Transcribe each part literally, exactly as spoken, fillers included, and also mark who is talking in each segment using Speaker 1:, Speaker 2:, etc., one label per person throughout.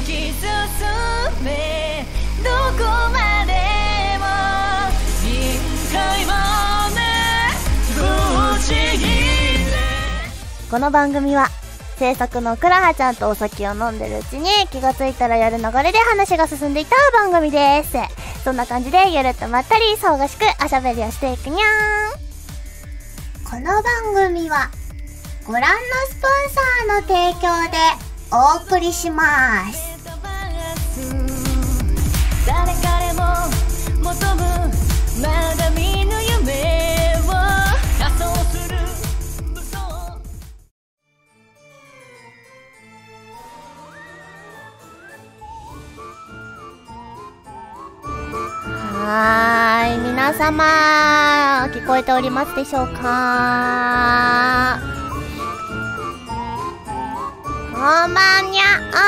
Speaker 1: き進めどこまでも限界までぶち切れ。この番組は制作のくらはちゃんとお酒を飲んでるうちに気がついたらやる流れで話が進んでいた番組です。そんな感じでゆるっとまったり騒がしくおしゃべりをしていくにゃーん。
Speaker 2: この番組はご覧のスポンサーの提供でお送りします。
Speaker 1: 誰彼も求むまだ見ぬ夢を仮想する嘘。
Speaker 2: はーい、皆様聞こえておりますでしょうか。こんばんにゃあ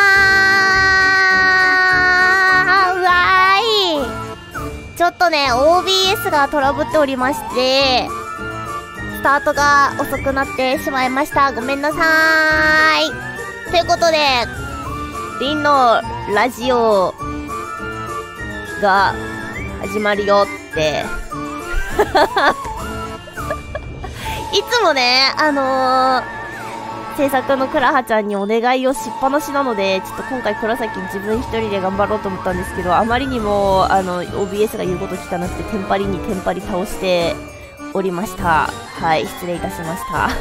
Speaker 2: ー。うわーい、ちょっとね オービーエス がトラブっておりましてスタートが遅くなってしまいました。ごめんなさーい。ということでリンのラジオが始まるよっていつもねあのー制作のくらはちゃんにお願いをしっぱなしなので、ちょっと今回黒崎自分一人で頑張ろうと思ったんですけど、あまりにもあの オービーエス が言うこと聞かなくてテンパリにテンパリ倒しておりました。はい、失礼いたしました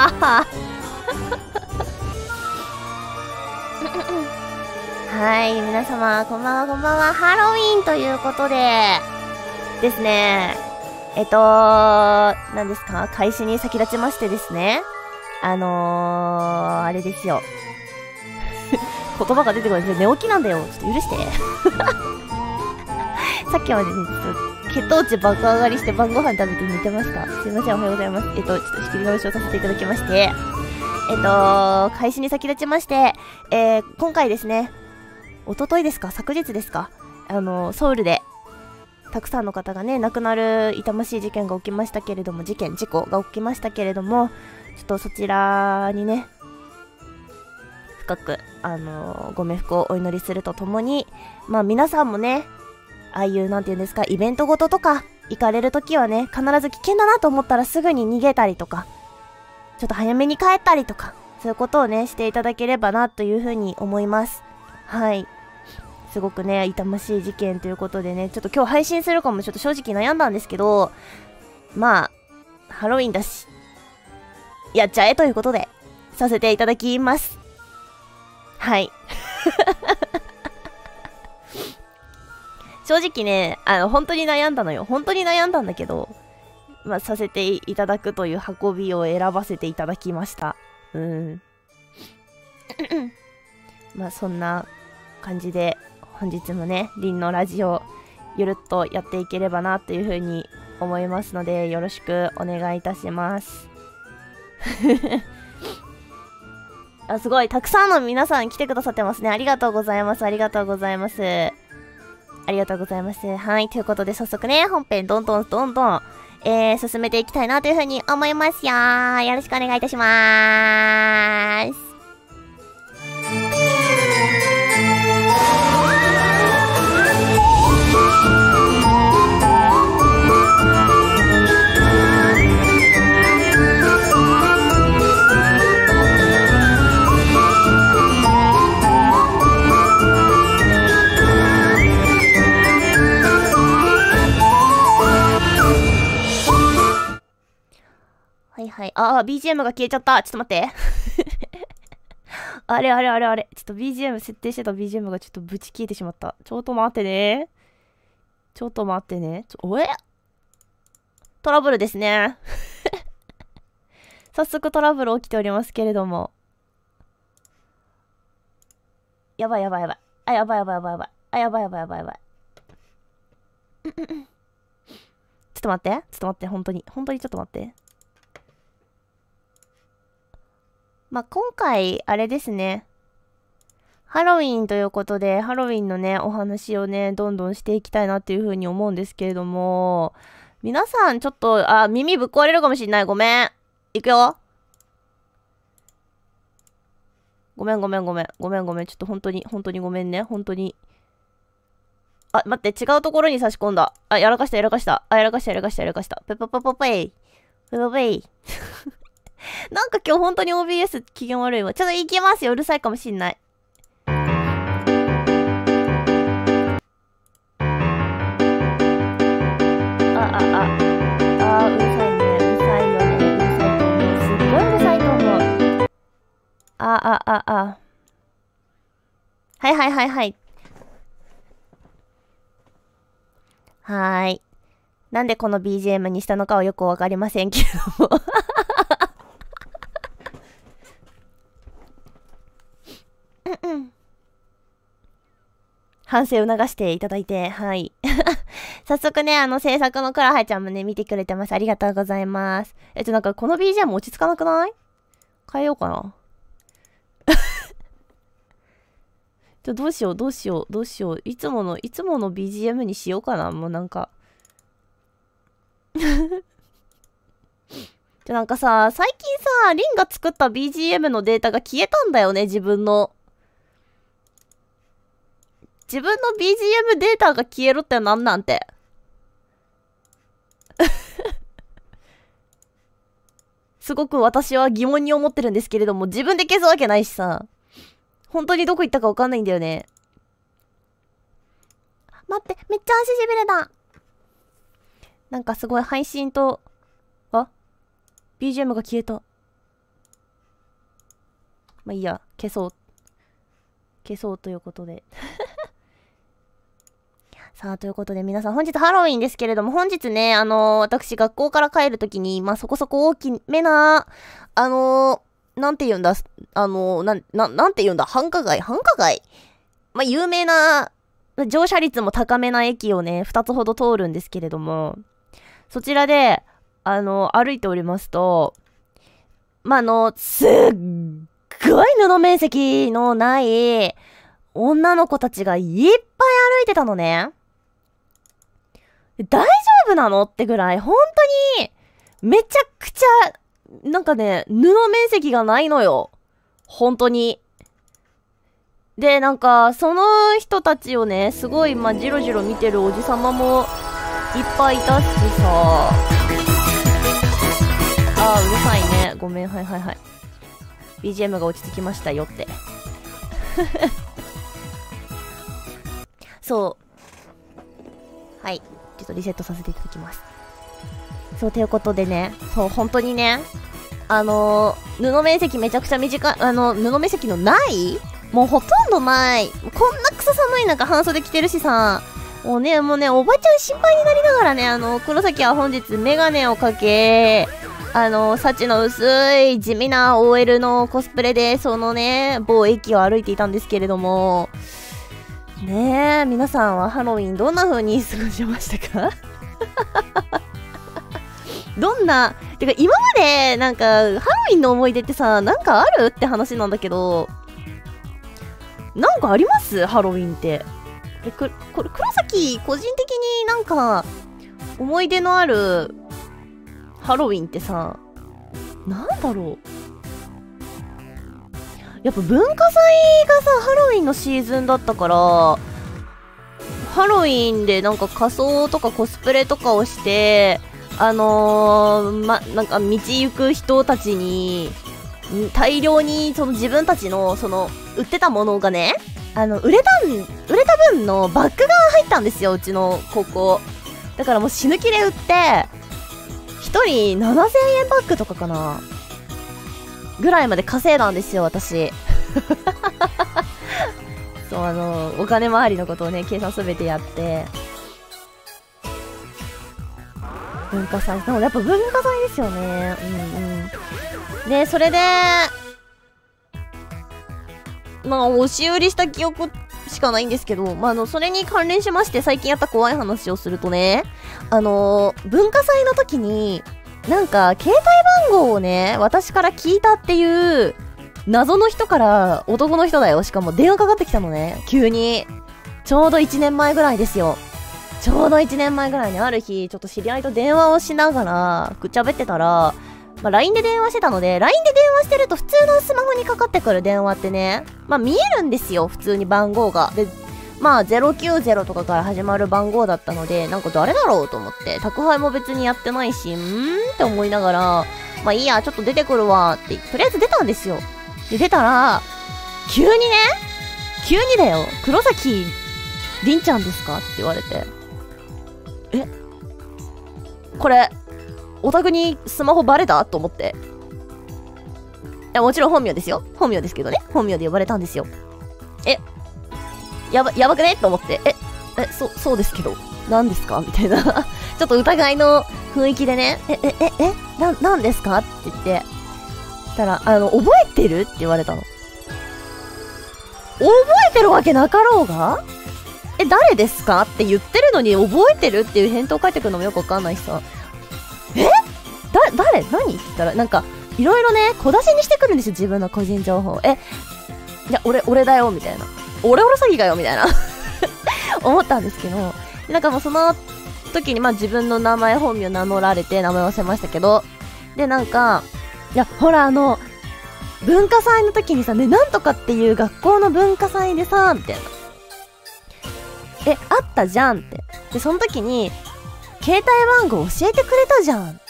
Speaker 2: はい、皆様こんばんはこんばんは。ハロウィンということでですね、えっと何ですか、開始に先立ちましてですね、あのー、あれですよ言葉が出てこないですね。寝起きなんだよ、ちょっと許してさっきまでねちょっと血糖値爆上がりして晩ご飯食べて寝てました。すいません、おはようございます。えっとちょっと仕切り直しをさせていただきまして、えっと開始に先立ちまして、えー、今回ですね、一昨日ですか昨日ですか、あのー、ソウルでたくさんの方がね亡くなる痛ましい事件が起きましたけれども、事件事故が起きましたけれども、ちょっとそちらにね深く、あのー、ご冥福をお祈りするとともに、まあ皆さんもねああいうなんていうんですか、イベントごととか行かれるときはね、必ず危険だなと思ったらすぐに逃げたりとか、ちょっと早めに帰ったりとか、そういうことをねしていただければなというふうに思います。はい、すごくね痛ましい事件ということでね、ちょっと今日配信するかもちょっと正直悩んだんですけど、まあハロウィンだしやっちゃえということでさせていただきます。はい正直ねあの本当に悩んだのよ。本当に悩んだんだけど、まあさせていただくという運びを選ばせていただきました。うんまあそんな感じで本日もねリンのラジオゆるっとやっていければなというふうに思いますので、よろしくお願いいたしますあ、すごいたくさんの皆さん来てくださってますね。ありがとうございます。ありがとうございます。ありがとうございます。はい、ということで早速ね本編どんどんどんどん、えー、進めていきたいなというふうに思いますよ。よろしくお願いいたしまーす。はいはい。ああ、ビージーエム が消えちゃった。ちょっと待って。あれあれあれあれ。ちょっと ビージーエム 設定してた ビージーエム がちょっとぶち消えてしまった。ちょっと待ってね。ちょっと待ってね。ちょ、おえトラブルですね。早速トラブル起きておりますけれども。やばいやばいやばい。あ、やばいやばいやばいやばい。あ、やばいやばいやばいやばい。ちょっと待って。ちょっと待って。本当に。本当にちょっと待って。まあ、今回、あれですね。ハロウィンということで、ハロウィンのね、お話をね、どんどんしていきたいなっていうふうに思うんですけれども、皆さんちょっと、あ、耳ぶっ壊れるかもしんない。ごめん。いくよ。 ごめんごめんごめん。ごめんごめん。ちょっと本当に、本当にごめんね。本当に。あ、待って、違うところに差し込んだ。あ、やらかした、やらかした。あ、やらかした、やらかした、やらかした。ペポポポペイ。ペポペイ。なんか今日本当に オービーエス 機嫌悪いわ。ちょっと行きますよ。うるさいかもしんない。あ、あ、あ。あー、うるさいね。うるさいよね。うるさいと思う。すっごいうるさいと思う。あ、あ、あ、あ。はいはいはいはい。はーい。なんでこの ビージーエム にしたのかはよくわかりませんけれども。うんうん。反省を促していただいて、はい。早速ね、あの制作のクラハイちゃんもね、見てくれてます。ありがとうございます。えっと、なんかこの ビージーエム 落ち着かなくない？変えようかな。ちょ、どうしよう、どうしよう、どうしよう。いつもの、いつもの ビージーエム にしようかな。もうなんか。じゃ、なんかさ、最近さ、リンが作った ビージーエム のデータが消えたんだよね、自分の。自分の ビージーエム データが消えるってなんなんて。すごく私は疑問に思ってるんですけれども、自分で消すわけないしさ。本当にどこ行ったかわかんないんだよね。待って、めっちゃ足しびれた。なんかすごい配信と、あ ビージーエム が消えた。まあいいや、消そう。消そうということで。さあ、ということで皆さん本日ハロウィンですけれども、本日ね、あのー、私学校から帰るときに、まあそこそこ大きめな、あのー、なんて言うんだ、あのー、な、な、なんて言うんだ、繁華街繁華街まあ有名な、乗車率も高めな駅をね、二つほど通るんですけれども、そちらで、あのー、歩いておりますと、まああのー、すっごい布面積のない女の子たちがいっぱい歩いてたのね。大丈夫なのってぐらい、本当に、めちゃくちゃ、なんかね、布面積がないのよ。本当に。で、なんか、その人たちをね、すごい、まあ、じろじろ見てるおじさまもいっぱいいたしさ。あー、うるさいね。ごめん、はいはいはい。ビージーエム が落ち着きましたよって。そう。はい。ちょっとリセットさせていただきます。そう、ということでね、そう、本当にね、あのー、布面積めちゃくちゃ短い、あの、布面積のないもうほとんどない。こんなクソ寒い中半袖着てるしさ、もうね、もうね、おばちゃん心配になりながらね、あの、黒崎は本日メガネをかけ、あの、幸の薄い地味な オーエル のコスプレで、そのね、某駅を歩いていたんですけれども、ねえ、皆さんはハロウィンどんな風に過ごしましたか？どんな、てか今までなんかハロウィンの思い出ってさ、なんかあるって話なんだけど、なんかあります？ハロウィンって。え、く、これ、黒崎、個人的になんか、思い出のあるハロウィンってさ、なんだろう。やっぱ文化祭がさ、ハロウィンのシーズンだったから、ハロウィンでなんか仮装とかコスプレとかをして、あのー、ま、なんか道行く人たちに、大量にその自分たちのその売ってたものがね、あの売れたん売れた分のバッグが入ったんですよ、うちの高校。だからもう死ぬ気で売ってひとりななせんえんバッグとかかなぐらいまで稼いだんですよ、私。そう、あのお金回りのことをね、計算すべてやって、文化祭、でもやっぱ文化祭ですよね。うんうん。で、それで、まあ、押し売りした記憶しかないんですけど、まあ、あの、それに関連しまして、最近やった怖い話をするとね、あのー、文化祭の時に、なんか、携帯番号をね、私から聞いたっていう、謎の人から、男の人だよ。しかも電話かかってきたのね、急に。ちょうどいちねんまえぐらいですよ。ちょうどいちねんまえぐらいにある日、ちょっと知り合いと電話をしながら、くっちゃべってたら、 まあ、ライン で電話してたので、ライン で電話してると普通のスマホにかかってくる電話ってね、まあ見えるんですよ、普通に番号が。で、まあゼロきゅうゼロとかから始まる番号だったので、なんか誰だろうと思って、宅配も別にやってないし、うーんって思いながら、まあいいや、ちょっと出てくるわって、とりあえず出たんですよ。で、出たら、急にね、急にだよ、黒崎凛ちゃんですかって言われて、えこれ、オタクにスマホバレたと思って。いや、もちろん本名ですよ。本名ですけどね。本名で呼ばれたんですよ。え、やば、やばくねと思って。え、え、そ、そうですけど、何ですかみたいな。ちょっと疑いの雰囲気でね、え、え、え、え、な、なんですかって言って。したら、あの、覚えてるって言われたの。覚えてるわけなかろうがえ、誰ですかって言ってるのに覚えてるっていう返答返ってくるのもよくわかんないしさ。えだ、誰何って言ったら、なんか、いろいろね、小出しにしてくるんですよ、自分の個人情報。え、いや、俺、俺だよ、みたいな。俺俺詐欺かよ、みたいな。思ったんですけど、なんかもうその時に、まあ自分の名前、本名名乗られて、名前忘れましたけど、で、なんか、いや、ほら、あの、文化祭の時にさ、ね、なんとかっていう学校の文化祭でさ、みたいな。え、あったじゃんって。で、その時に、携帯番号教えてくれたじゃんって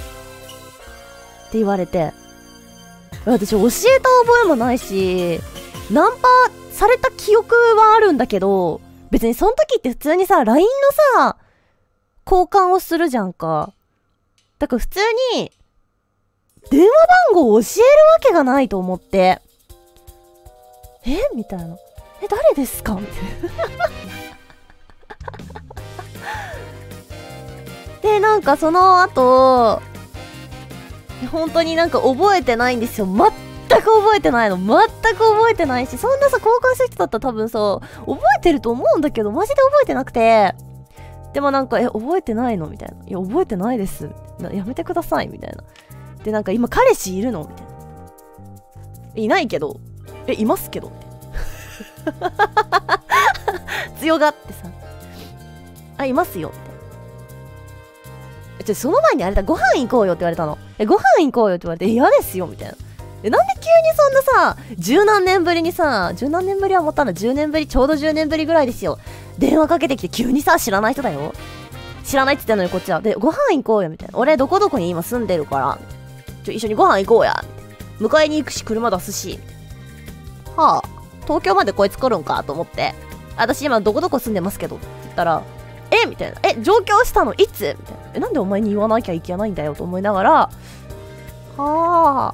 Speaker 2: 言われて、私教えた覚えもないし、ナンパされた記憶はあるんだけど、別にその時って普通にさ、ライン のさ、交換をするじゃんか。だから普通に、電話番号を教えるわけがないと思って、えみたいな。え、誰ですかみたいな。で、なんかその後、本当になんか覚えてないんですよ。全く覚えてないの。全く覚えてないし、そんなさ、交換した人だったら多分さ、覚えてると思うんだけど、マジで覚えてなくて。でもなんか、え、覚えてないのみたいな。いや、覚えてないです。なやめてください。みたいな。で、なんか今彼氏いるのみたいな。いないけど。え、いますけど。強がってさ。あ、いますよ。ちょ、その前にあれだ、ご飯行こうよって言われたの。え、ご飯行こうよって言われて、嫌ですよ、みたいな。え、なんで急にそんなさ、十何年ぶりにさ、十何年ぶりは思ったんだ、十年ぶり、ちょうど十年ぶりぐらいですよ。電話かけてきて急にさ、知らない人だよ。知らないって言ってんのにこっちは。で、ご飯行こうよ、みたいな。俺、どこどこに今住んでるから、ちょ、一緒にご飯行こうや。迎えに行くし、車出すし。はあ、東京までこいつ来るんかと思って。私今どこどこ住んでますけど、って言ったら、えみたいな。え、上京したのいつみたいな。え、なんでお前に言わなきゃいけないんだよと思いながら、はあ、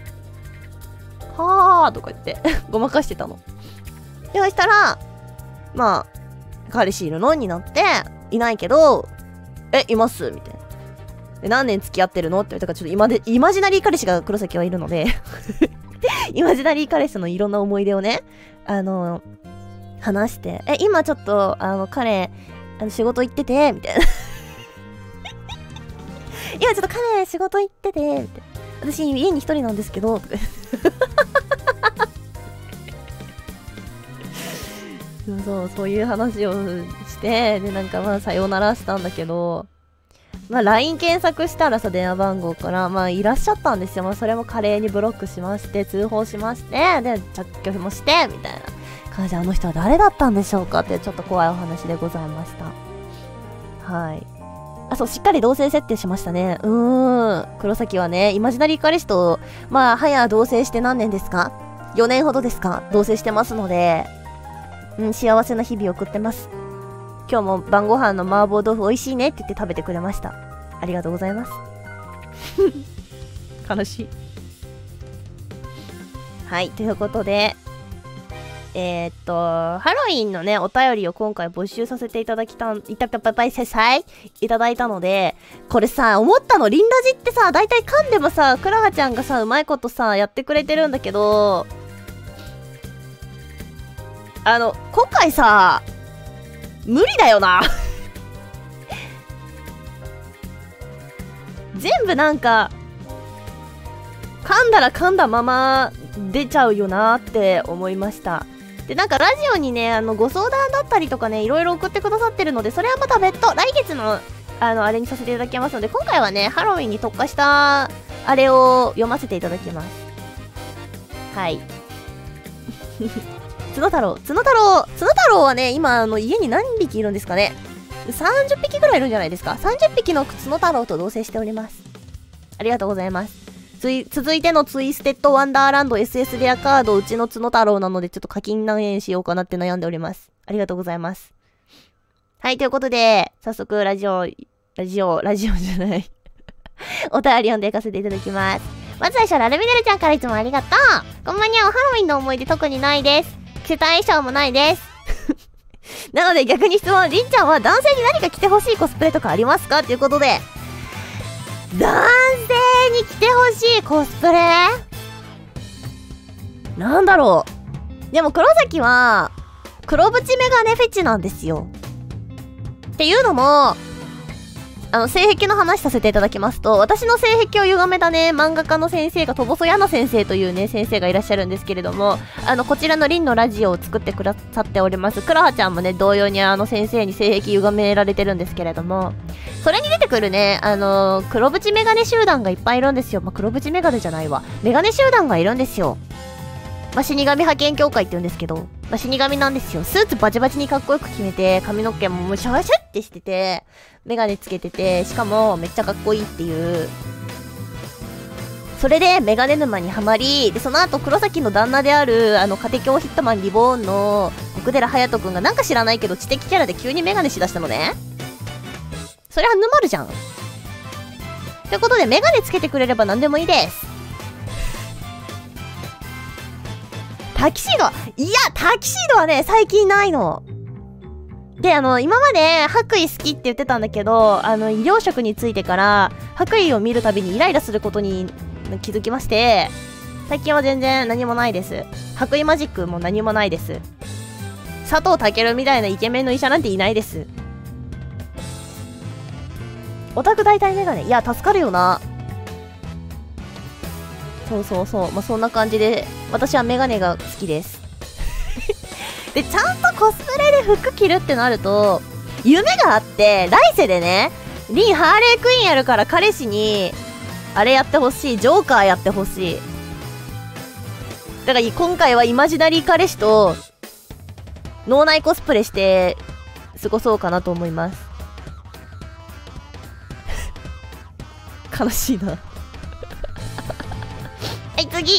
Speaker 2: はあとか言って、ごまかしてたの。で、そしたら、まあ、彼氏いるのになって、いないけど、え、いますみたいな。で、何年付き合ってるのって言ったから、ちょっと今で、イマジナリー彼氏が黒崎はいるので、イマジナリー彼氏のいろんな思い出をね、あの、話して、え、今ちょっと、あの、彼、あの仕事行ってて、みたいな。今ちょっと彼仕事行ってて、みたいな。私家に一人なんですけど、とか。そう、そういう話をして、で、なんかまあ、さよならしたんだけど、まあ、ライン 検索したらさ、電話番号から、まあ、いらっしゃったんですよ。まあ、それも華麗にブロックしまして、通報しまして、で、着拒否もして、みたいな感じで、あの人は誰だったんでしょうかって、ちょっと怖いお話でございました。はい。あ、そう、しっかり同棲設定しましたね。うーん。黒崎はね、イマジナリー彼氏と、まあ、早同棲して何年ですか ?よ 年ほどですか同棲してますので、うん、幸せな日々を送ってます。今日も晩ご飯の麻婆豆腐美味しいねって言って食べてくれました。ありがとうございます。悲しい。はい、ということで、えー、っと、ハロウィンのね、お便りを今回募集させていただきたん、いた、ぱぱぱいせさいいただいたので、これさ、思ったの、リンラジってさ、だいたい噛んでもさ、クラハちゃんがさ、うまいことさ、やってくれてるんだけど、あの、今回さ、無理だよな。全部なんか、噛んだら噛んだまま出ちゃうよなって思いました。で、なんかラジオにね、あの、ご相談だったりとかね、いろいろ送ってくださってるので、それはまた別途、来月の、あの、あれにさせていただきますので、今回はね、ハロウィンに特化したあれを読ませていただきます。はい。角太郎、角太郎、角太郎はね、今、あの、家に何匹いるんですかね。さんじゅっぴきぐらいいるんじゃないですか。さんじゅっぴきの角太郎と同棲しております。ありがとうございます。つい、続いてのツイステッドワンダーランド エスエス レアカード、うちの角太郎なので、ちょっと課金何円しようかなって悩んでおります。ありがとうございます。はい、ということで、早速、ラジオ、ラジオ、ラジオじゃない。お便り読んでいかせていただきます。まず最初、ラルミネルちゃんからいつもありがとう。こんばんにゃお、ハロウィンの思い出特にないです。着せた衣装もないです。なので逆に質問、りんちゃんは男性に何か着てほしいコスプレとかありますかということで、男性に着てほしいコスプレなんだろう。でも黒崎は黒縁メガネフェチなんですよ。っていうのも、あの性癖の話させていただきますと、私の性癖を歪めたね漫画家の先生がとぼそやな先生というね先生がいらっしゃるんですけれども、あのこちらのリンのラジオを作ってくださっておりますクラハちゃんもね同様にあの先生に性癖歪められてるんですけれども、それに出てくるねあの黒縁メガネ集団がいっぱいいるんですよ。まあ、黒縁メガネじゃないわ、メガネ集団がいるんですよ。まあ、死神派遣協会って言うんですけど、まあ、死神なんですよ。スーツバチバチにかっこよく決めて、髪の毛もむしゃむしゃってしてて、メガネつけてて、しかもめっちゃかっこいいっていう。それでメガネ沼にはまり、でその後黒崎の旦那であるあの家庭教ヒットマンリボーンの奥寺隼人くんがなんか知らないけど知的キャラで急にメガネしだしたのね。それは沼るじゃん。ということでメガネつけてくれれば何でもいいです。タキシード、いやタキシードはね最近ないので、あの今まで白衣好きって言ってたんだけど、あの医療職についてから白衣を見るたびにイライラすることに気づきまして、最近は全然何もないです。白衣マジックも何もないです。佐藤健みたいなイケメンの医者なんていないです。オタク大体メガネ、いや助かるよな。そうそうそう、まあ、そんな感じで私はメガネが好きですでちゃんとコスプレで服着るってなると夢があって、来世でねリンハーレークイーンやるから彼氏にあれやってほしい、ジョーカーやってほしい。だから今回はイマジナリー彼氏と脳内コスプレして過ごそうかなと思います悲しいなはい、次。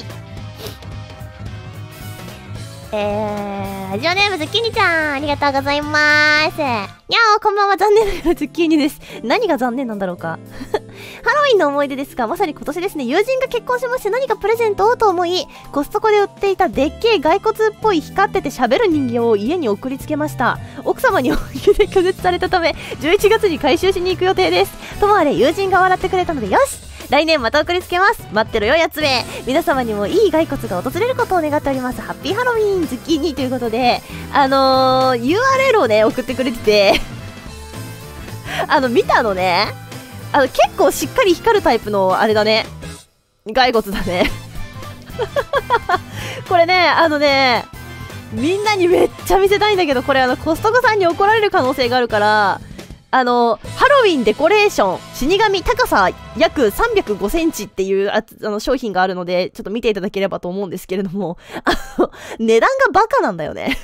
Speaker 2: えー、ラジオネームズッキーニちゃん、ありがとうございまーす。にゃお、こんばんは、残念ながらズッキーニです。何が残念なんだろうか。ハロウィンの思い出ですが、まさに今年ですね、友人が結婚しまして何かプレゼントをと思い、コストコで売っていたでっけえ骸骨っぽい光ってて喋る人形を家に送りつけました。奥様にお家で拒絶されたため、じゅういちがつに回収しに行く予定です。ともあれ、友人が笑ってくれたのでよし、来年また送りつけます。待ってろよやつめ。皆様にもいい骸骨が訪れることを願っております。ハッピーハロウィンズッキーニということで、あのー、ユーアールエル をね送ってくれててあの見たのね、あの結構しっかり光るタイプのあれだね、骸骨だねこれね、あのねみんなにめっちゃ見せたいんだけど、これあのコストコさんに怒られる可能性があるから、あのハロウィンデコレーション死神高さ約さんびゃくごセンチっていうああの商品があるので、ちょっと見ていただければと思うんですけれども、あの値段がバカなんだよね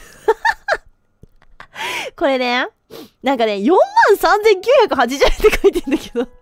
Speaker 2: これね、なんかね よんまんさんぜんきゅうひゃくはちじゅうえんって書いてんだけど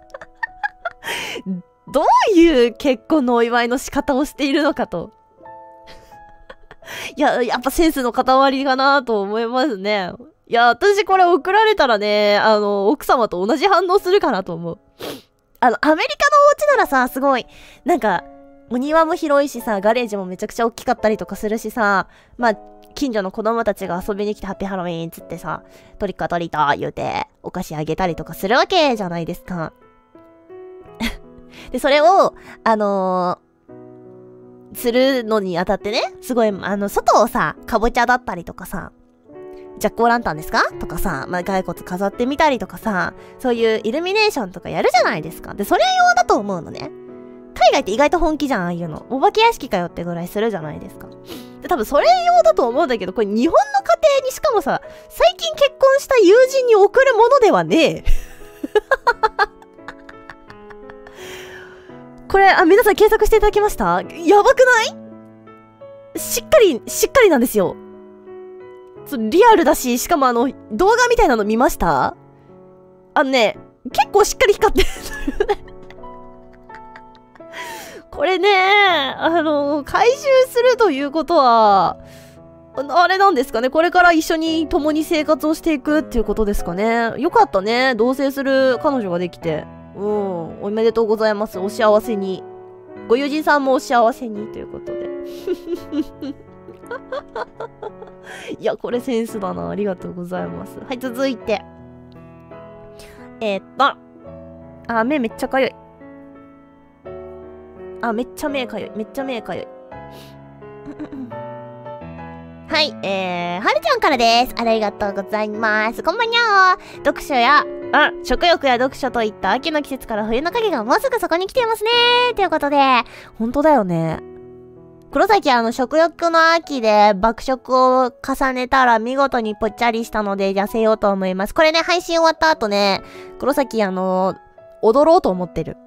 Speaker 2: どういう結婚のお祝いの仕方をしているのかといややっぱセンスの塊かなと思いますね。いや、私これ送られたらね、あの、奥様と同じ反応するかなと思う。あの、アメリカのお家ならさ、すごい、なんか、お庭も広いしさ、ガレージもめちゃくちゃ大きかったりとかするしさ、まあ、近所の子供たちが遊びに来てハッピーハロウィンつってさ、トリックアトリート言うて、お菓子あげたりとかするわけじゃないですか。で、それを、あのー、するのにあたってね、すごい、あの、外をさ、かぼちゃだったりとかさ、ジャックオーランタンですかとかさ、まあ、骸骨飾ってみたりとかさ、そういうイルミネーションとかやるじゃないですか。で、それ用だと思うのね。海外って意外と本気じゃん、ああいうの。お化け屋敷かよってぐらいするじゃないですか。で、多分それ用だと思うんだけど、これ日本の家庭にしかもさ、最近結婚した友人に送るものではねえ。 これ、あ、皆さん検索していただきました？やばくない？しっかり、しっかりなんですよ。リアルだし、しかもあの、動画みたいなの見ました？あのね、結構しっかり光ってる。これね、あの、回収するということは、あれなんですかね、これから一緒に共に生活をしていくっていうことですかね。よかったね、同棲する彼女ができて。うん、おめでとうございます。お幸せに。ご友人さんもお幸せにということで。いや、これセンスだな。ありがとうございます。はい、続いて。えー、っと。あ、目めっちゃかゆい。あ、めっちゃ目かゆい。めっちゃ目かゆい。はい、えー、はるちゃんからです。ありがとうございます。こんばんにゃー。読書や、あ、食欲や読書といった秋の季節から冬の影がもうすぐそこに来ていますねー。ということで、ほんとだよね。黒崎あの食欲の秋で爆食を重ねたら見事にぽっちゃりしたので痩せようと思います。これね、配信終わった後ね、黒崎あの、踊ろうと思ってる。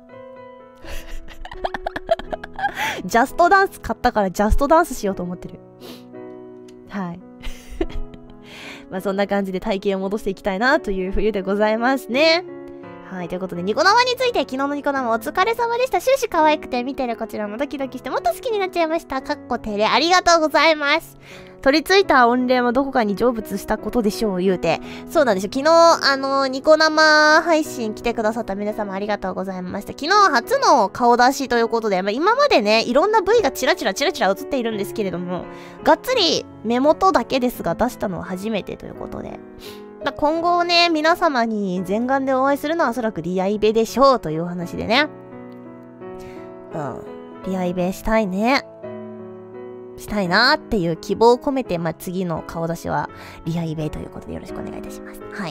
Speaker 2: ジャストダンス買ったからジャストダンスしようと思ってる。はい。まあそんな感じで体型を戻していきたいなという冬でございますね。はい。ということで、ニコ生について、昨日のニコ生お疲れ様でした。終始可愛くて見てるこちらもドキドキしてもっと好きになっちゃいました。かっこ照れありがとうございます。取り付いた音源はどこかに成仏したことでしょう、言うて。そうなんですよ。昨日、あの、ニコ生配信来てくださった皆様ありがとうございました。昨日初の顔出しということで、まあ、今までね、いろんな部位がチラチラチラチラ映っているんですけれども、がっつり目元だけですが出したのは初めてということで。まあ、今後ね、皆様に全顔でお会いするのはおそらくリアイベでしょうというお話でね。うん。リアイベしたいね。したいなーっていう希望を込めて、まあ、次の顔出しはリアイベということでよろしくお願いいたします。はい。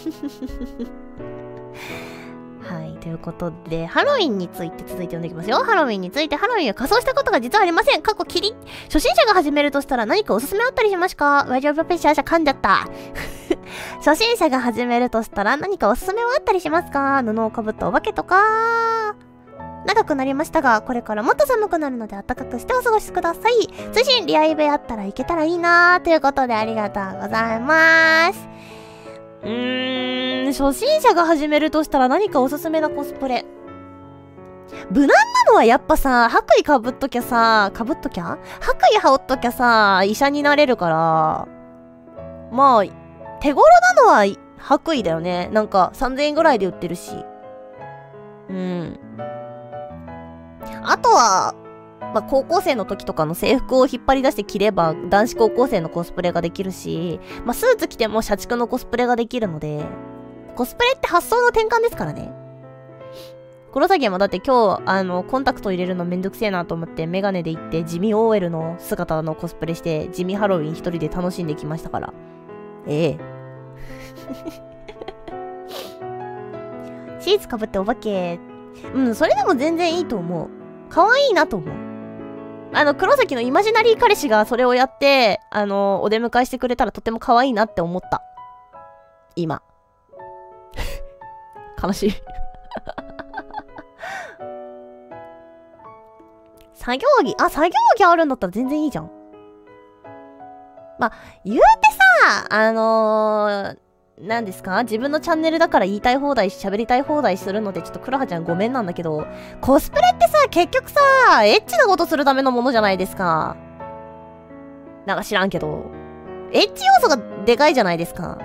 Speaker 2: はい。ということで、ハロウィンについて続いて読んでいきますよ。ハロウィンについて、ハロウィンは仮装したことが実はありません。過去キリ初心者が始めるとしたら何かおすすめあったりしますか？ワイジョブペッシャーシャ噛んじゃった。初心者が始めるとしたら何かおすすめはあったりしますか？布をかぶったお化けとか。長くなりましたが、これからもっと寒くなるので暖かくしてお過ごしください。通信リアイベあったらいけたらいいなーということでありがとうございます。うーん、初心者が始めるとしたら何かおすすめなコスプレ。無難なのはやっぱさ、白衣かぶっときゃさ、かぶっときゃ白衣羽織っときゃさ、医者になれるから、まあ、手頃なのは白衣だよね。なんかさんぜんえんぐらいで売ってるし。うん。あとは、まあ、高校生の時とかの制服を引っ張り出して着れば男子高校生のコスプレができるし、まあ、スーツ着ても社畜のコスプレができるので、コスプレって発想の転換ですからね。黒崎もだって今日、あの、コンタクト入れるのめんどくせえなと思ってメガネで行って地味 オーエル の姿のコスプレして地味ハロウィン一人で楽しんできましたから。ええ。シーツかぶってお化け、うん、それでも全然いいと思う。可愛いなと思う。あの、黒崎のイマジナリー彼氏がそれをやって、あの、お出迎えしてくれたらとても可愛いなって思った。今。悲しい。作業着、あ、作業着あるんだったら全然いいじゃん。まあ、言うてさ、あのー、何ですか？自分のチャンネルだから言いたい放題喋りたい放題するのでちょっと黒羽ちゃんごめんなんだけど、コスプレってさ結局さエッチなことするためのものじゃないですか。なんか知らんけどエッチ要素がでかいじゃないですか。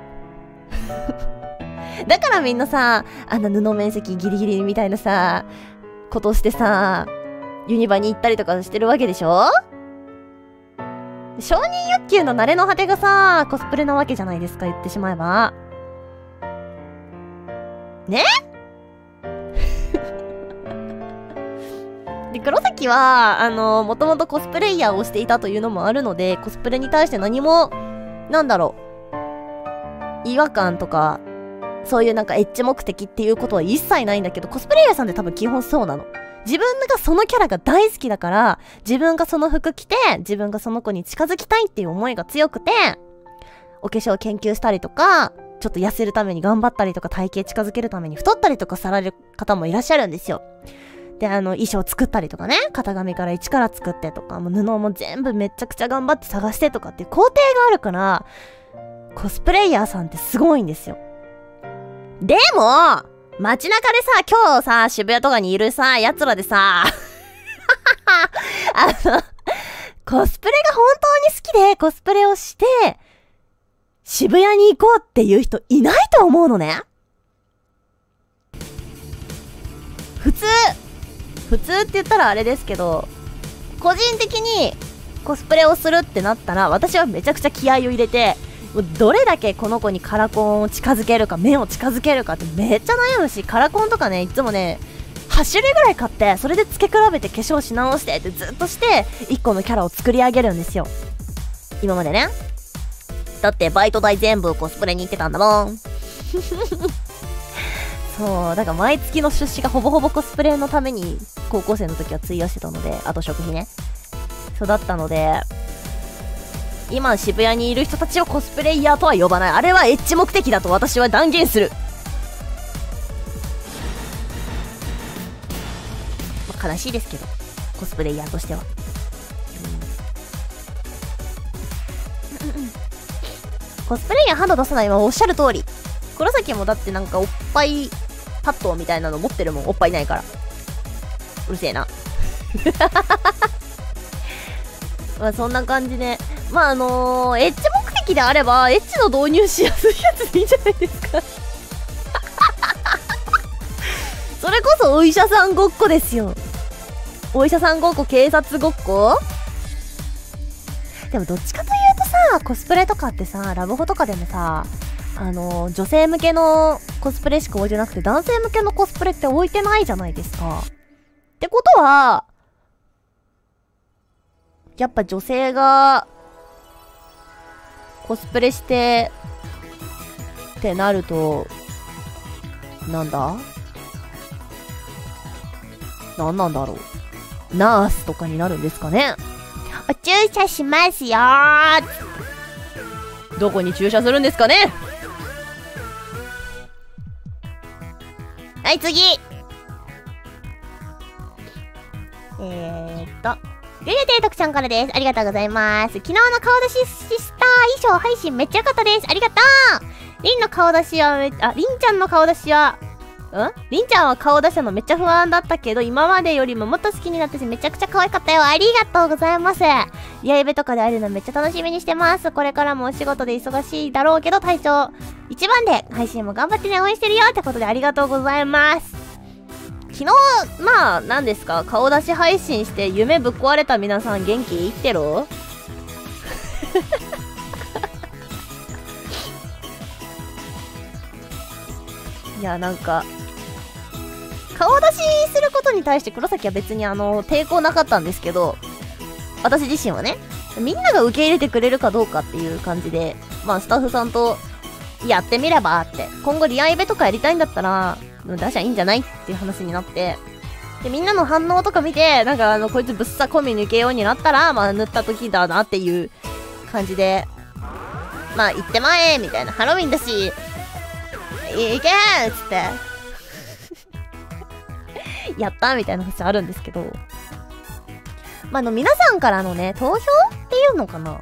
Speaker 2: だからみんなさあんな布面積ギリギリみたいなさことをしてさユニバに行ったりとかしてるわけでしょ。承認欲求の慣れの果てがさ、コスプレなわけじゃないですか、言ってしまえば。ねで、黒崎は、あの、もともとコスプレイヤーをしていたというのもあるので、コスプレに対して何も、なんだろう、違和感とか、そういうなんかエッチ目的っていうことは一切ないんだけど、コスプレイヤーさんって多分基本そうなの。自分がそのキャラが大好きだから、自分がその服着て、自分がその子に近づきたいっていう思いが強くて、お化粧を研究したりとか、ちょっと痩せるために頑張ったりとか、体型近づけるために太ったりとかされる方もいらっしゃるんですよ。 で、あの、衣装作ったりとかね、型紙から一から作ってとか、もう布も全部めちゃくちゃ頑張って探してとかっていう工程があるから、コスプレイヤーさんってすごいんですよ。でも、街中でさ、今日さ、渋谷とかにいるさ、奴らでさ、あの、コスプレが本当に好きでコスプレをして、渋谷に行こうっていう人いないと思うのね。普通、普通って言ったらあれですけど、個人的にコスプレをするってなったら、私はめちゃくちゃ気合を入れて、どれだけこの子にカラコンを近づけるか、目を近づけるかってめっちゃ悩むし、カラコンとかね、いつもね、はち種類ぐらい買って、それで付け比べて化粧し直してってずっとして、いっこのキャラを作り上げるんですよ。今までね。だってバイト代全部コスプレに行ってたんだもん。そう、だから毎月の出資がほぼほぼコスプレのために高校生の時は費やしてたので、あと食費ね。そうだったので、今渋谷にいる人たちをコスプレイヤーとは呼ばない。あれはエッチ目的だと私は断言する。まあ、悲しいですけど、コスプレイヤーとしては。うん、コスプレイヤーハンド出さないはおっしゃる通り。黒崎もだってなんかおっぱいパッドみたいなの持ってるもん。おっぱいないから。うるせえな。まあそんな感じで、まああのー、エッチ目的であればエッチの導入しやすいやつでいいんじゃないですか。それこそお医者さんごっこですよ。お医者さんごっこ、警察ごっこ。でもどっちかというとさ、コスプレとかってさ、ラブホとかでもさ、あのー、女性向けのコスプレしか置いてなくて、男性向けのコスプレって置いてないじゃないですか。ってことはやっぱ女性がコスプレしてってなると、なんだなんなんだろう。ナースとかになるんですかね。お注射しますよー。どこに注射するんですかね。はい、次。えーっとゆゆていとくちゃんからです。ありがとうございます。昨日の顔出しシスター衣装配信めっちゃ良かったです。ありがとう。リンの顔出しはめ、あ、リンちゃんの顔出しは、んリンちゃんは顔出したのめっちゃ不安だったけど、今までよりももっと好きになったし、めちゃくちゃ可愛かったよ。ありがとうございます。リアイベとかで会えるのめっちゃ楽しみにしてます。これからもお仕事で忙しいだろうけど、体調一番で配信も頑張ってね、応援してるよってことでありがとうございます。昨日、まあ、何ですか、顔出し配信して夢ぶっ壊れた皆さん元気いってろいや、なんか、顔出しすることに対して黒崎は別にあの、抵抗なかったんですけど、私自身はね、みんなが受け入れてくれるかどうかっていう感じで、まあ、スタッフさんとやってみればって、今後リアイベとかやりたいんだったら、出しゃいいんじゃないっていう話になって、でみんなの反応とか見て、なんかあのこいつぶっさコミ抜けようになったら、まあ塗った時だなっていう感じで、まあ行ってまえみたいな、ハロウィンだしいけーっつってやったみたいな話あるんですけど、まあ、あの皆さんからのね投票っていうのかな、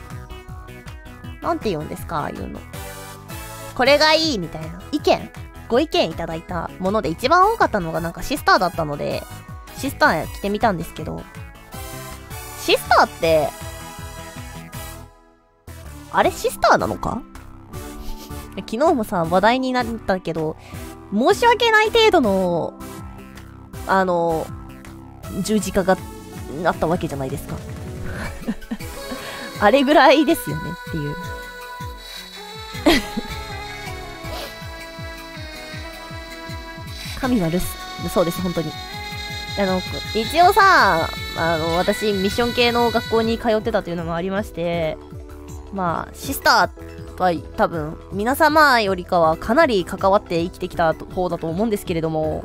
Speaker 2: なんて言うんですか、ああいうの、これがいいみたいな意見ご意見いただいたもので一番多かったのがなんかシスターだったので、シスター着てみたんですけど、シスターってあれシスターなのか昨日もさ話題になったけど、申し訳ない程度のあの十字架があったわけじゃないですかあれぐらいですよねっていう神は留守。そうです、本当に。あの、一応さ、あの、私、ミッション系の学校に通ってたというのもありまして、まあ、シスターは多分、皆様よりかはかなり関わって生きてきた方だと思うんですけれども、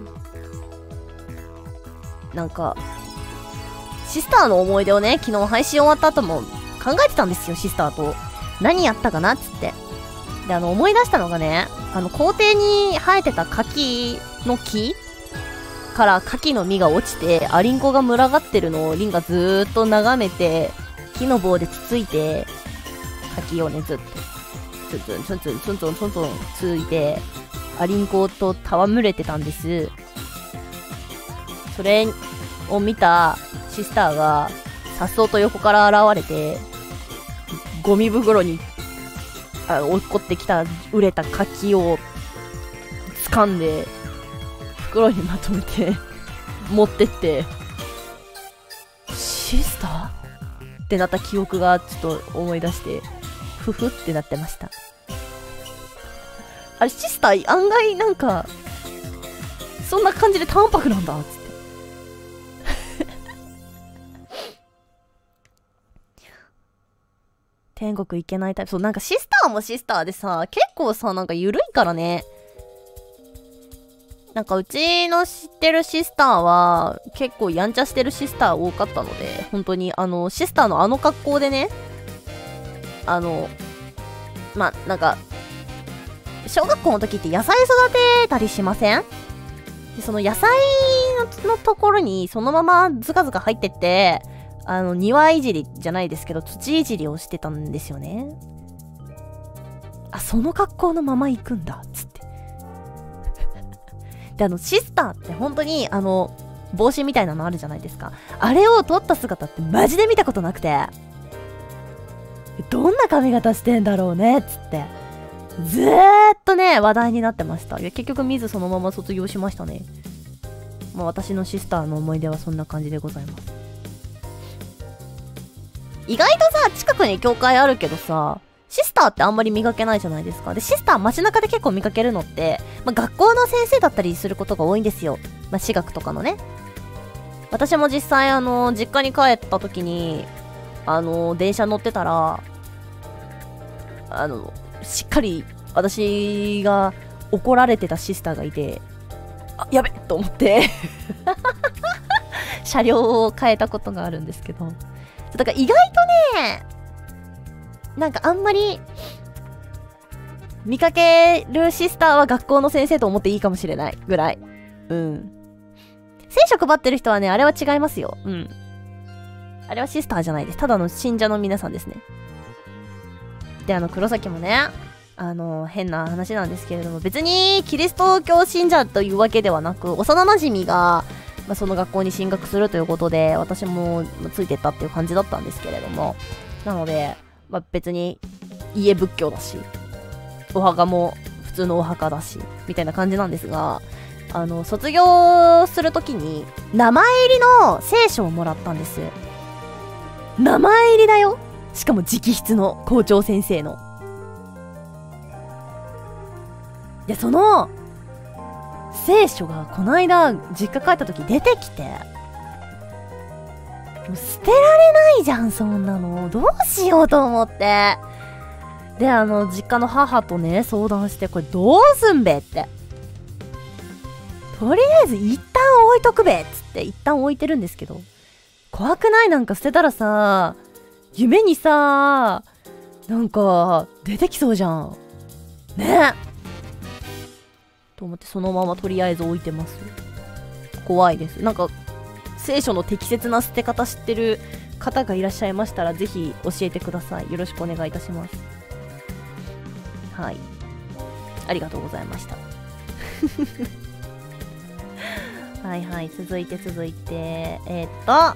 Speaker 2: なんか、シスターの思い出をね、昨日配信終わった後も考えてたんですよ、シスターと。何やったかなっつって。で、あの、思い出したのがね、あの、校庭に生えてた柿の木から牡蠣の実が落ちて、アリンコが群がってるのをリンがずーっと眺めて、木の棒でつついて、牡蠣をね、ずっと、ツンツンツンツンツンツンツンツンついて、アリンコと戯れてたんです。それを見たシスターが、さっそうと横から現れて、ゴミ袋にあ落っこってきた熟れた柿を掴んで袋にまとめて持ってってシスターってなった記憶がちょっと思い出してふふってなってました。あれシスター案外なんかそんな感じで淡白なんだっつって。天国行けないタイプ。そう、なんかシスターもシスターでさ、結構さ、なんか緩いからね。なんかうちの知ってるシスターは、結構やんちゃしてるシスター多かったので、本当にあの、シスターのあの格好でね、あの、まあ、なんか、小学校の時って野菜育てたりしません？で、その野菜のところにそのままズカズカ入ってって、あの、庭いじりじゃないですけど、土いじりをしてたんですよね。あ、その格好のまま行くんだ、つって。で、あの、シスターって本当に、あの、帽子みたいなのあるじゃないですか。あれを取った姿ってマジで見たことなくて、どんな髪型してんだろうね、つって。ずーっとね、話題になってました。いや、結局見ずそのまま卒業しましたね。まあ、私のシスターの思い出はそんな感じでございます。意外とさ、近くに教会あるけどさ、シスターってあんまり見かけないじゃないですか。で、シスター街中で結構見かけるのって、まあ、学校の先生だったりすることが多いんですよ。まあ、私学とかのね。私も実際あの、実家に帰った時に、あの、電車乗ってたら、あの、しっかり私が怒られてたシスターがいて、あ、やべっと思って、車両を変えたことがあるんですけど、だから意外とね、なんかあんまり見かけるシスターは学校の先生と思っていいかもしれないぐらい。うん。聖書配ってる人はね、あれは違いますよ。うん。あれはシスターじゃないです。ただの信者の皆さんですね。で、あの、黒崎もね、あの、変な話なんですけれども、別にキリスト教信者というわけではなく、幼馴染が、まあ、その学校に進学するということで、私もついてったっていう感じだったんですけれども、なので、まあ、別に家仏教だし、お墓も普通のお墓だし、みたいな感じなんですが、あの、卒業するときに、名前入りの聖書をもらったんです。名前入りだよ。しかも直筆の校長先生の。で、その、聖書がこの間実家帰った時出てきて、もう捨てられないじゃんそんなの。どうしようと思って。で、あの実家の母とね相談して、これどうすんべって、とりあえず一旦置いとくべっつって一旦置いてるんですけど、怖くない？なんか捨てたらさ、夢にさ、なんか出てきそうじゃんねえと思って、そのままとりあえず置いてます。怖いです。なんか聖書の適切な捨て方知ってる方がいらっしゃいましたら、ぜひ教えてください。よろしくお願いいたします。はい、ありがとうございました。はいはい、続いて続いてえー、っと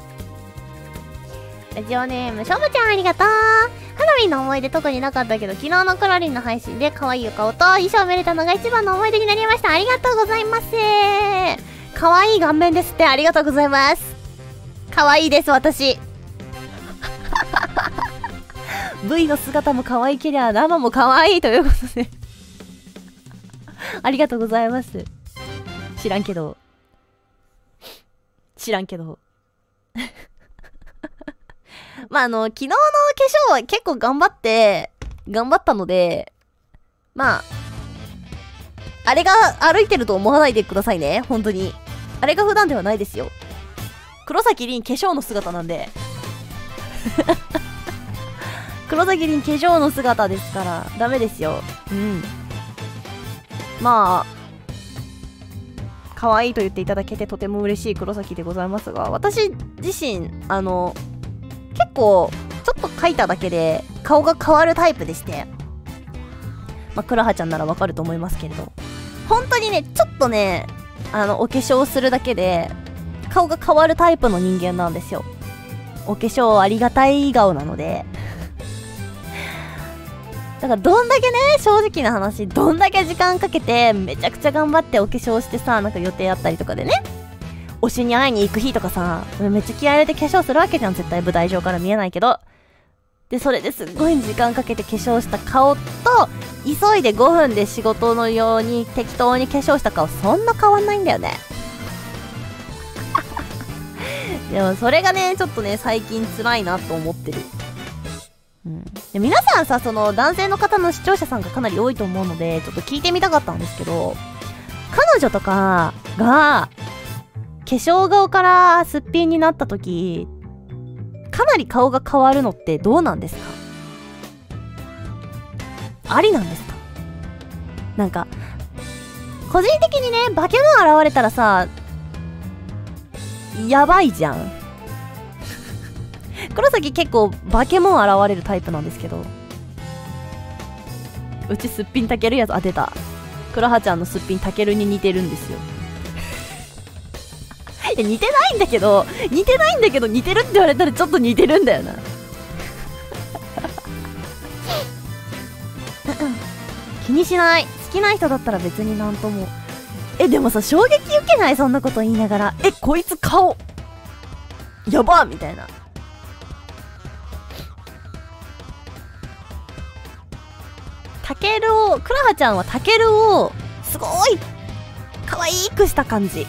Speaker 2: ラジオネームしょぶちゃん、ありがとう。ハロウィンの思い出特になかったけど、昨日のクラリンの配信で可愛いお顔と衣装を見れたのが一番の思い出になりました。ありがとうございます。可愛い顔面ですって。ありがとうございます。可愛いです私。V の姿も可愛けりゃ生も可愛いということでありがとうございます。知らんけど知らんけどまああの昨日の化粧は結構頑張って頑張ったので、まああれが歩いてると思わないでくださいね。本当にあれが普段ではないですよ。黒崎凛化粧の姿なんで黒崎凛化粧の姿ですからダメですよ。うん、まあ可愛いと言っていただけてとても嬉しい黒崎でございますが、私自身、あの、結構、ちょっと描いただけで顔が変わるタイプでして、まあ、クラハちゃんならわかると思いますけれど、本当にね、ちょっとね、あの、お化粧するだけで、顔が変わるタイプの人間なんですよ。お化粧ありがたい顔なので。だからどんだけね、正直な話、どんだけ時間かけて、めちゃくちゃ頑張ってお化粧してさ、なんか予定あったりとかでね、推しに会いに行く日とかさ、めっちゃ気合い入れて化粧するわけじゃん、絶対舞台上から見えないけど。で、それですっごい時間かけて化粧した顔と、急いでごふんで仕事のように適当に化粧した顔、そんな変わんないんだよね。でもそれがね、ちょっとね、最近辛いなと思ってる。うん、で皆さんさ、その男性の方の視聴者さんがかなり多いと思うので、ちょっと聞いてみたかったんですけど、彼女とかが、化粧顔からすっぴんになった時、かなり顔が変わるのってどうなんですか？ありなんですか？なんか、個人的にね、化け物現れたらさ、やばいじゃん。黒崎結構化け物現れるタイプなんですけど、うちすっぴんたけるやつ当てた。黒羽ちゃんのすっぴんたけるに似てるんですよ。いや似てないんだけど似てないんだけど似てるって言われたらちょっと似てるんだよな。気にしない。好きな人だったら別になんとも。えでもさ、衝撃受けない？そんなこと言いながら、えこいつ顔やばみたいな。タケルを、クラハちゃんはタケルをすごい可愛くした感じ。引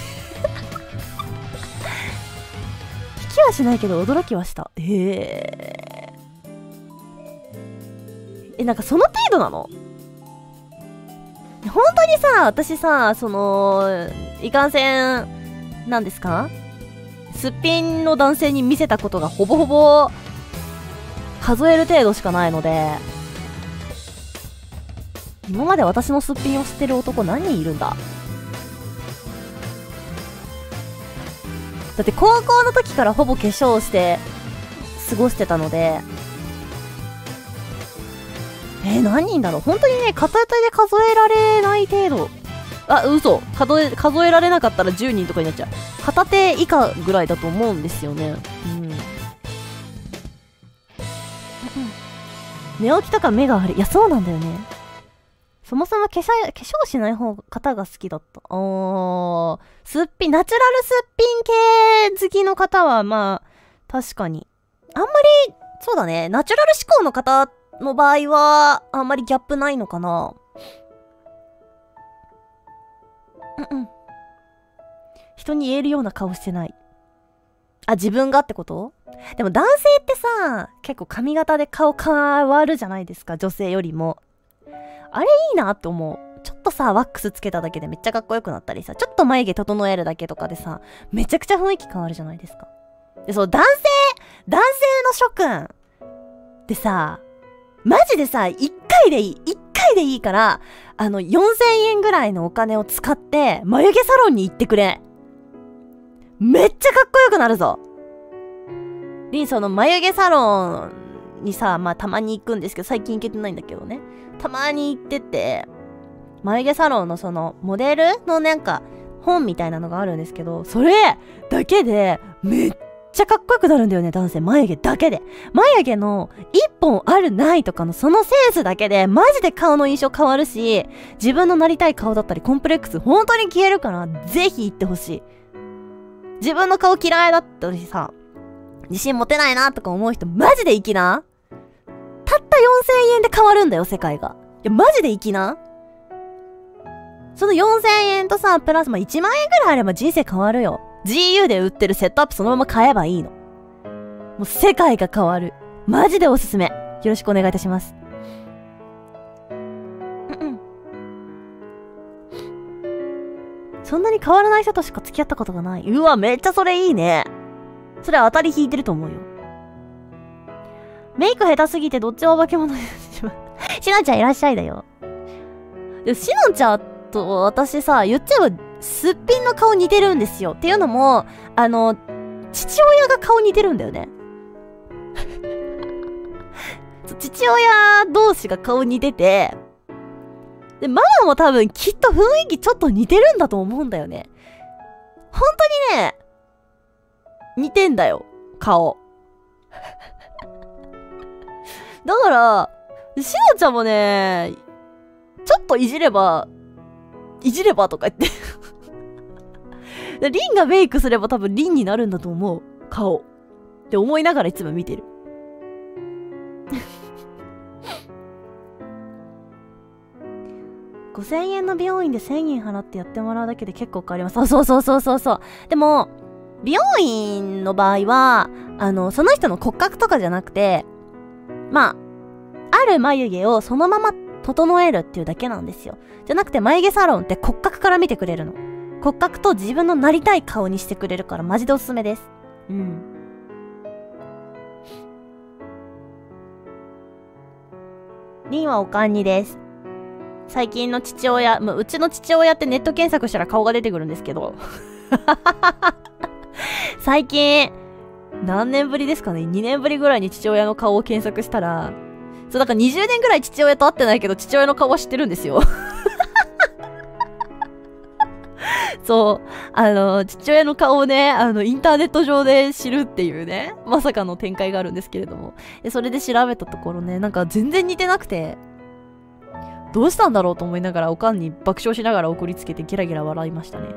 Speaker 2: きはしないけど驚きはした。へえ。え、なんかその程度なの？本当にさ、私さ、その、いかんせん、なんですか？すっぴんの男性に見せたことがほぼほぼ数える程度しかないので、今まで私のすっぴんを知ってる男何人いるんだ？だって高校の時からほぼ化粧して過ごしてたので、えー、何人だろう？本当にね、片手で数えられない程度。あ、嘘。数え、数えられなかったらじゅうにんとかになっちゃう。片手以下ぐらいだと思うんですよね。うん。寝起きとか目が悪い。いや、そうなんだよね。そもそも化粧、化粧しない方、方が好きだった。おー。すっぴん、ナチュラルすっぴん系好きの方は、まあ、確かに。あんまり、そうだね。ナチュラル志向の方の場合は、あんまりギャップないのかな。うんうん。人に言えるような顔してない。あ、自分がってこと？でも男性ってさ、結構髪型で顔変わるじゃないですか、女性よりも。あれいいなって思う。ちょっとさ、ワックスつけただけでめっちゃかっこよくなったりさ、ちょっと眉毛整えるだけとかでさ、めちゃくちゃ雰囲気変わるじゃないですか。で、そう、男性、男性の諸君でさ、マジでさ、一回でいい。一回でいいから、あの、よんせんえんぐらいのお金を使って、眉毛サロンに行ってくれ。めっちゃかっこよくなるぞ。リン、その眉毛サロンにさ、まあ、たまに行くんですけど、最近行けてないんだけどね。たまに行ってて、眉毛サロンのその、モデルのなんか、本みたいなのがあるんですけど、それだけで、めっちゃかっこよくなるんだよね、男性。眉毛だけで。眉毛の一本あるないとかのそのセンスだけで、マジで顔の印象変わるし、自分のなりたい顔だったり、コンプレックス本当に消えるから、ぜひ行ってほしい。自分の顔嫌いだったしさ、自信持てないなとか思う人、マジで行きな。たったよんせんえんで変わるんだよ、世界が。いや、マジで行きな。そのよんせんえんとさ、プラスまあいちまんえんぐらいあれば人生変わるよ。ジーユー で売ってるセットアップそのまま買えばいいの。もう世界が変わる。マジでおすすめ。よろしくお願いいたします。うんうん。そんなに変わらない人としか付き合ったことがない。うわ、めっちゃそれいいね。それ当たり引いてると思うよ。メイク下手すぎてどっちも化け物になってしまう。しのんちゃんいらっしゃいだよ。で、しのんちゃんと私さ、言っちゃえばすっぴんの顔似てるんですよ。っていうのも、あの、父親が顔似てるんだよね。父親同士が顔似てて、で、ママも多分きっと雰囲気ちょっと似てるんだと思うんだよね。本当にね、似てんだよ、顔。だから、しのちゃんもね、ちょっといじれば、いじればとか言ってリンがメイクすれば多分リンになるんだと思う。顔。って思いながらいつも見てる。ごせんえんの美容院でせんえん払ってやってもらうだけで結構変わります。そうそうそうそうそうそう。でも、美容院の場合は、あの、その人の骨格とかじゃなくて、まあ、ある眉毛をそのまま整えるっていうだけなんですよ。じゃなくて眉毛サロンって骨格から見てくれるの。骨格と自分のなりたい顔にしてくれるからマジでおすすめです。うん。リンはおかんにです。最近の父親、まあ、うちの父親ってネット検索したら顔が出てくるんですけど。最近、何年ぶりですかね ?に 年ぶりぐらいに父親の顔を検索したら、そう、だからにじゅうねんぐらい父親と会ってないけど、父親の顔は知ってるんですよ。そう、あの、父親の顔をね、あの、インターネット上で知るっていうね、まさかの展開があるんですけれども。で、それで調べたところね、なんか全然似てなくて、どうしたんだろうと思いながら、おかんに爆笑しながら送りつけてギラギラ笑いましたね。うん。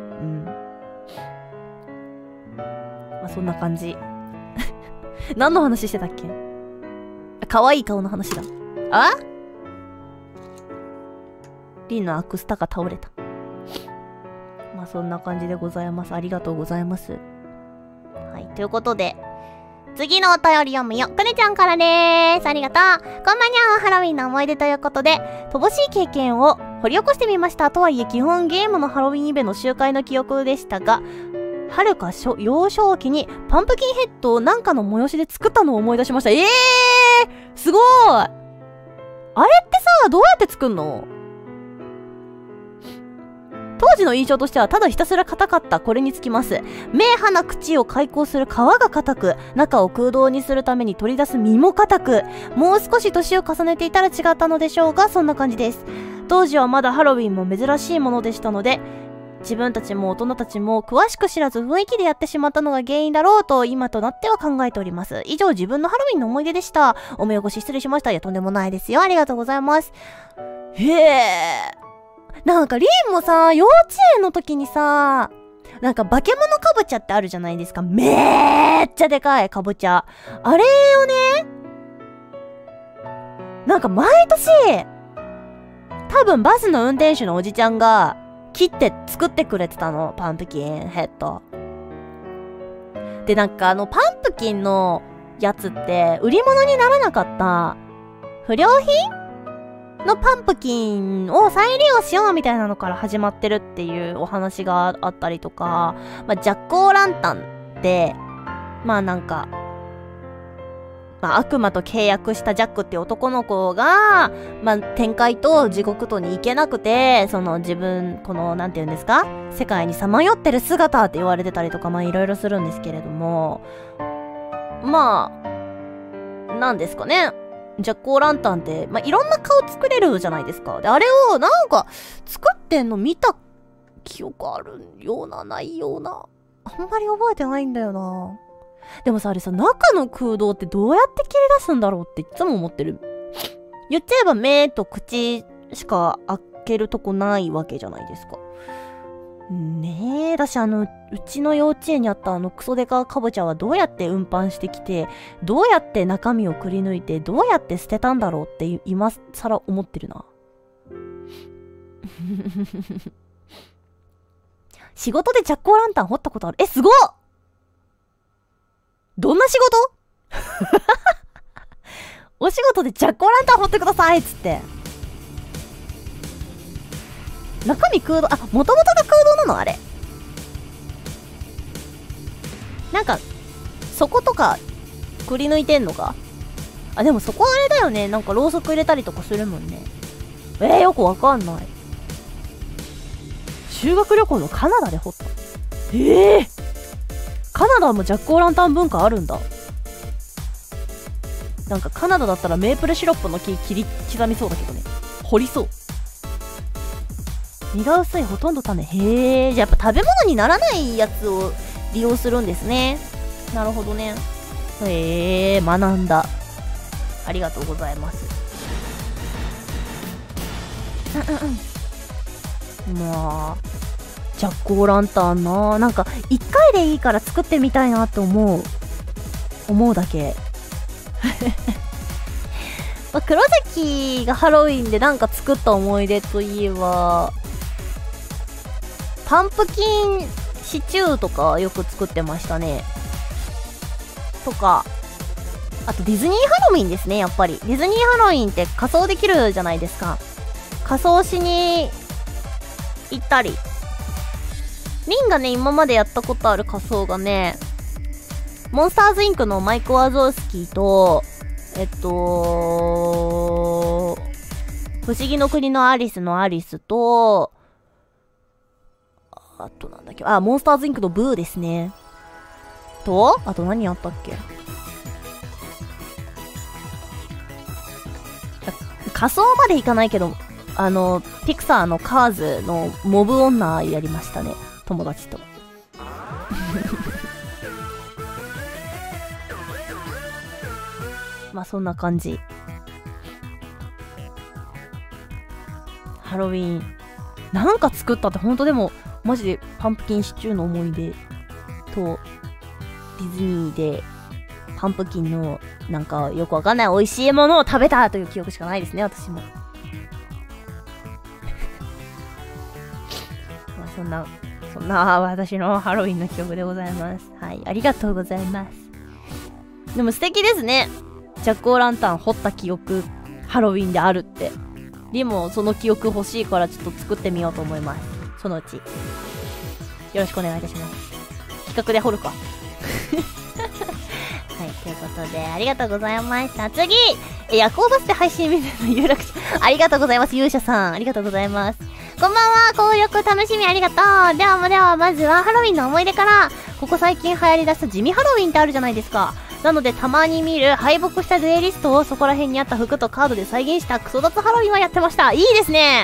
Speaker 2: まあ、そんな感じ。何の話してたっけ？可愛い顔の話だ。あ？リンのアクスタが倒れた。まあそんな感じでございます。ありがとうございます。はい、ということで、次のお便り読むよ。くねちゃんからでーす。ありがとう。こんばんにゃー。ハロウィンの思い出ということで、乏しい経験を掘り起こしてみました。とはいえ、基本ゲームのハロウィンイベの集会の記憶でしたが、はるか幼少期にパンプキンヘッドをなんかの催しで作ったのを思い出しました。えーすごーい。あれってさ、どうやって作んの？当時の印象としてはただひたすら硬かった。これにつきます。目、鼻、口を開口する皮が硬く、中を空洞にするために取り出す身も硬く、もう少し年を重ねていたら違ったのでしょうが、そんな感じです。当時はまだハロウィンも珍しいものでしたので、自分たちも大人たちも詳しく知らず雰囲気でやってしまったのが原因だろうと今となっては考えております。以上、自分のハロウィンの思い出でした。お目汚し失礼しました。いや、とんでもないですよ。ありがとうございます。へえ。なんかリンもさ、幼稚園の時にさ、なんか化け物かぼちゃってあるじゃないですか。めっちゃでかいかぼちゃ。あれをね、なんか毎年、多分バスの運転手のおじちゃんが切って作ってくれてたの。パンプキンヘッド。で、なんかあのパンプキンのやつって売り物にならなかった不良品のパンプキンを再利用しようみたいなのから始まってるっていうお話があったりとか、まあ、ジャック・オー・ランタンって、まあなんか、まあ悪魔と契約したジャックっていう男の子が、まあ天界と地獄とに行けなくて、その自分、この、なんて言うんですか？世界にさまよってる姿って言われてたりとか、まあいろいろするんですけれども、まあ、なんですかね。ジャック・オー・ランタンって、まあ、いろんな顔作れるじゃないですか。で、あれをなんか作ってんの見た記憶あるような、ないような。あんまり覚えてないんだよな。でもさ、あれさ、中の空洞ってどうやって切り出すんだろうっていつも思ってる。言っちゃえば目と口しか開けるとこないわけじゃないですか。ねえ、私あの、うちの幼稚園にあったあのクソデカカボチャはどうやって運搬してきて、どうやって中身をくり抜いて、どうやって捨てたんだろうって今更思ってるな。仕事でジャック・オー・ランタン掘ったことある？え、すごっ！どんな仕事？お仕事でジャック・オー・ランタン掘ってくださいっつって。中身空洞、あ、もともとが空洞なのあれ。なんか、底とか、くり抜いてんのか？あ、でもそこあれだよね。なんかろうそく入れたりとかするもんね。えー、よくわかんない。 修学旅行のカナダで掘った。ええー、カナダもジャックオーランタン文化あるんだ。なんかカナダだったらメープルシロップの木切り刻みそうだけどね。掘りそう。身が薄い、ほとんど種。へえ、じゃあやっぱ食べ物にならないやつを利用するんですね。なるほどね。へえ、学んだ。ありがとうございます。まあ、ジャックオーランタンな、なんかいっかいでいいから作ってみたいなって思う。思うだけ。まあ、黒崎がハロウィンでなんか作った思い出といえば、パンプキンシチューとかよく作ってましたね。とか、あとディズニーハロウィンですね、やっぱり。ディズニーハロウィンって仮装できるじゃないですか。仮装しに行ったり。リンがね、今までやったことある仮装がね、モンスターズインクのマイク・ワゾウスキーと、えっと、不思議の国のアリスのアリスと、あとなんだっけ、あ、モンスターズインクのブーですね。と、あと何やったっけ。仮装までいかないけど、あの、ピクサーのカーズのモブ女やりましたね。友達と。まあそんな感じ。ハロウィン。なんか作ったってほんとでも、マジでパンプキンシチューの思い出と、ディズニーでパンプキンのなんかよくわかんない美味しいものを食べたという記憶しかないですね、私も。まあそんな、そんな私のハロウィンの記憶でございます。はい、ありがとうございます。でも素敵ですね。ジャックオーランタン掘った記憶、ハロウィンであるって。リもその記憶欲しいからちょっと作ってみようと思います。そのうち。よろしくお願いいたします。企画で掘るか。はい、ということで、ありがとうございました。次え、夜行バスで配信見てるの有楽町。ありがとうございます。勇者さん。ありがとうございます。こんばんは。協力楽しみありがとう。では、では、まずはハロウィンの思い出から。ここ最近流行り出した地味ハロウィンってあるじゃないですか。なので、たまに見る敗北したデュエリストをそこら辺にあった服とカードで再現したクソダツハロウィンはやってました。いいですね。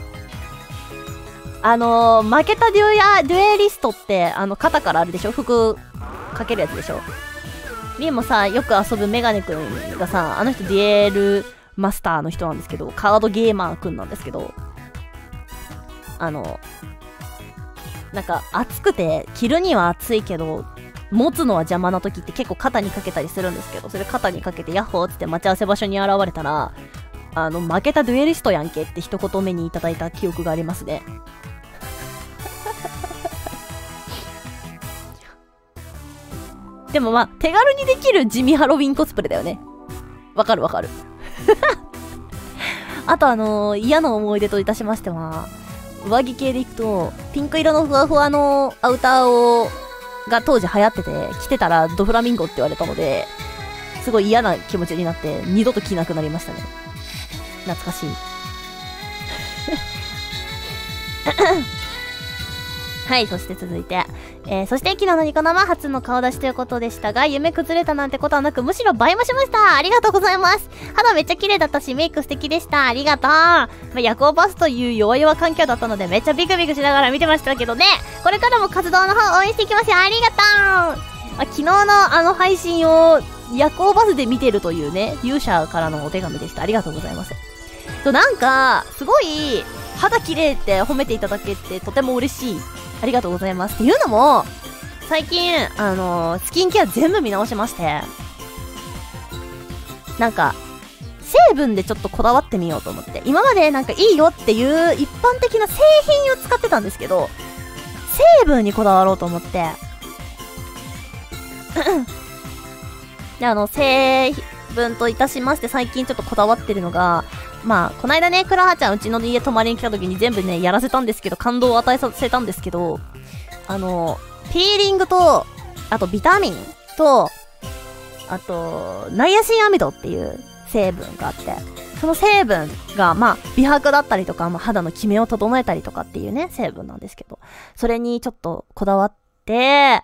Speaker 2: あのー、負けたデュやデュエリストって、あの、肩からあるでしょ、服かけるやつでしょ。リンもさ、よく遊ぶメガネくんがさ、あの人デュエルマスターの人なんですけど、カードゲーマーくんなんですけど、あの、なんか熱くて、着るには熱いけど、持つのは邪魔な時って結構肩にかけたりするんですけど、それ肩にかけてヤッホーっつって待ち合わせ場所に現れたら、あの、負けたデュエリストやんけって一言目にいただいた記憶がありますね。でもまあ、手軽にできる地味ハロウィンコスプレだよね。わかるわかる。あとあのー、嫌な思い出といたしましては、上着系でいくと、ピンク色のふわふわのアウターを、が当時流行ってて、着てたらドフラミンゴって言われたので、すごい嫌な気持ちになって、二度と着なくなりましたね。懐かしい。はい、そして続いて。えー、そして昨日のニコ生初の顔出しということでしたが、夢崩れたなんてことはなく、むしろ倍増しました。ありがとうございます。肌めっちゃ綺麗だったし、メイク素敵でした。ありがとう。まあ、夜行バスという弱々環境だったので、めっちゃビクビクしながら見てましたけどね。これからも活動の方応援していきますよ。ありがとう。まあ、昨日のあの配信を夜行バスで見てるというね、勇者からのお手紙でした。ありがとうございます。と、なんか、すごい、肌綺麗って褒めていただけてとても嬉しい。ありがとうございます。っていうのも、最近、あのー、スキンケア全部見直しまして、なんか、成分でちょっとこだわってみようと思って、今までなんかいいよっていう一般的な製品を使ってたんですけど、成分にこだわろうと思って、で、あの、成分といたしまして最近ちょっとこだわってるのが、まあ、こないだね、クラハちゃんうちの家泊まりに来た時に全部ね、やらせたんですけど、感動を与えさせたんですけど、あの、ピーリングと、あとビタミンと、あと、ナイアシンアミドっていう成分があって、 その成分が、まあ、美白だったりとか、まあ、肌のキメを整えたりとかっていうね、成分なんですけど、それにちょっとこだわって、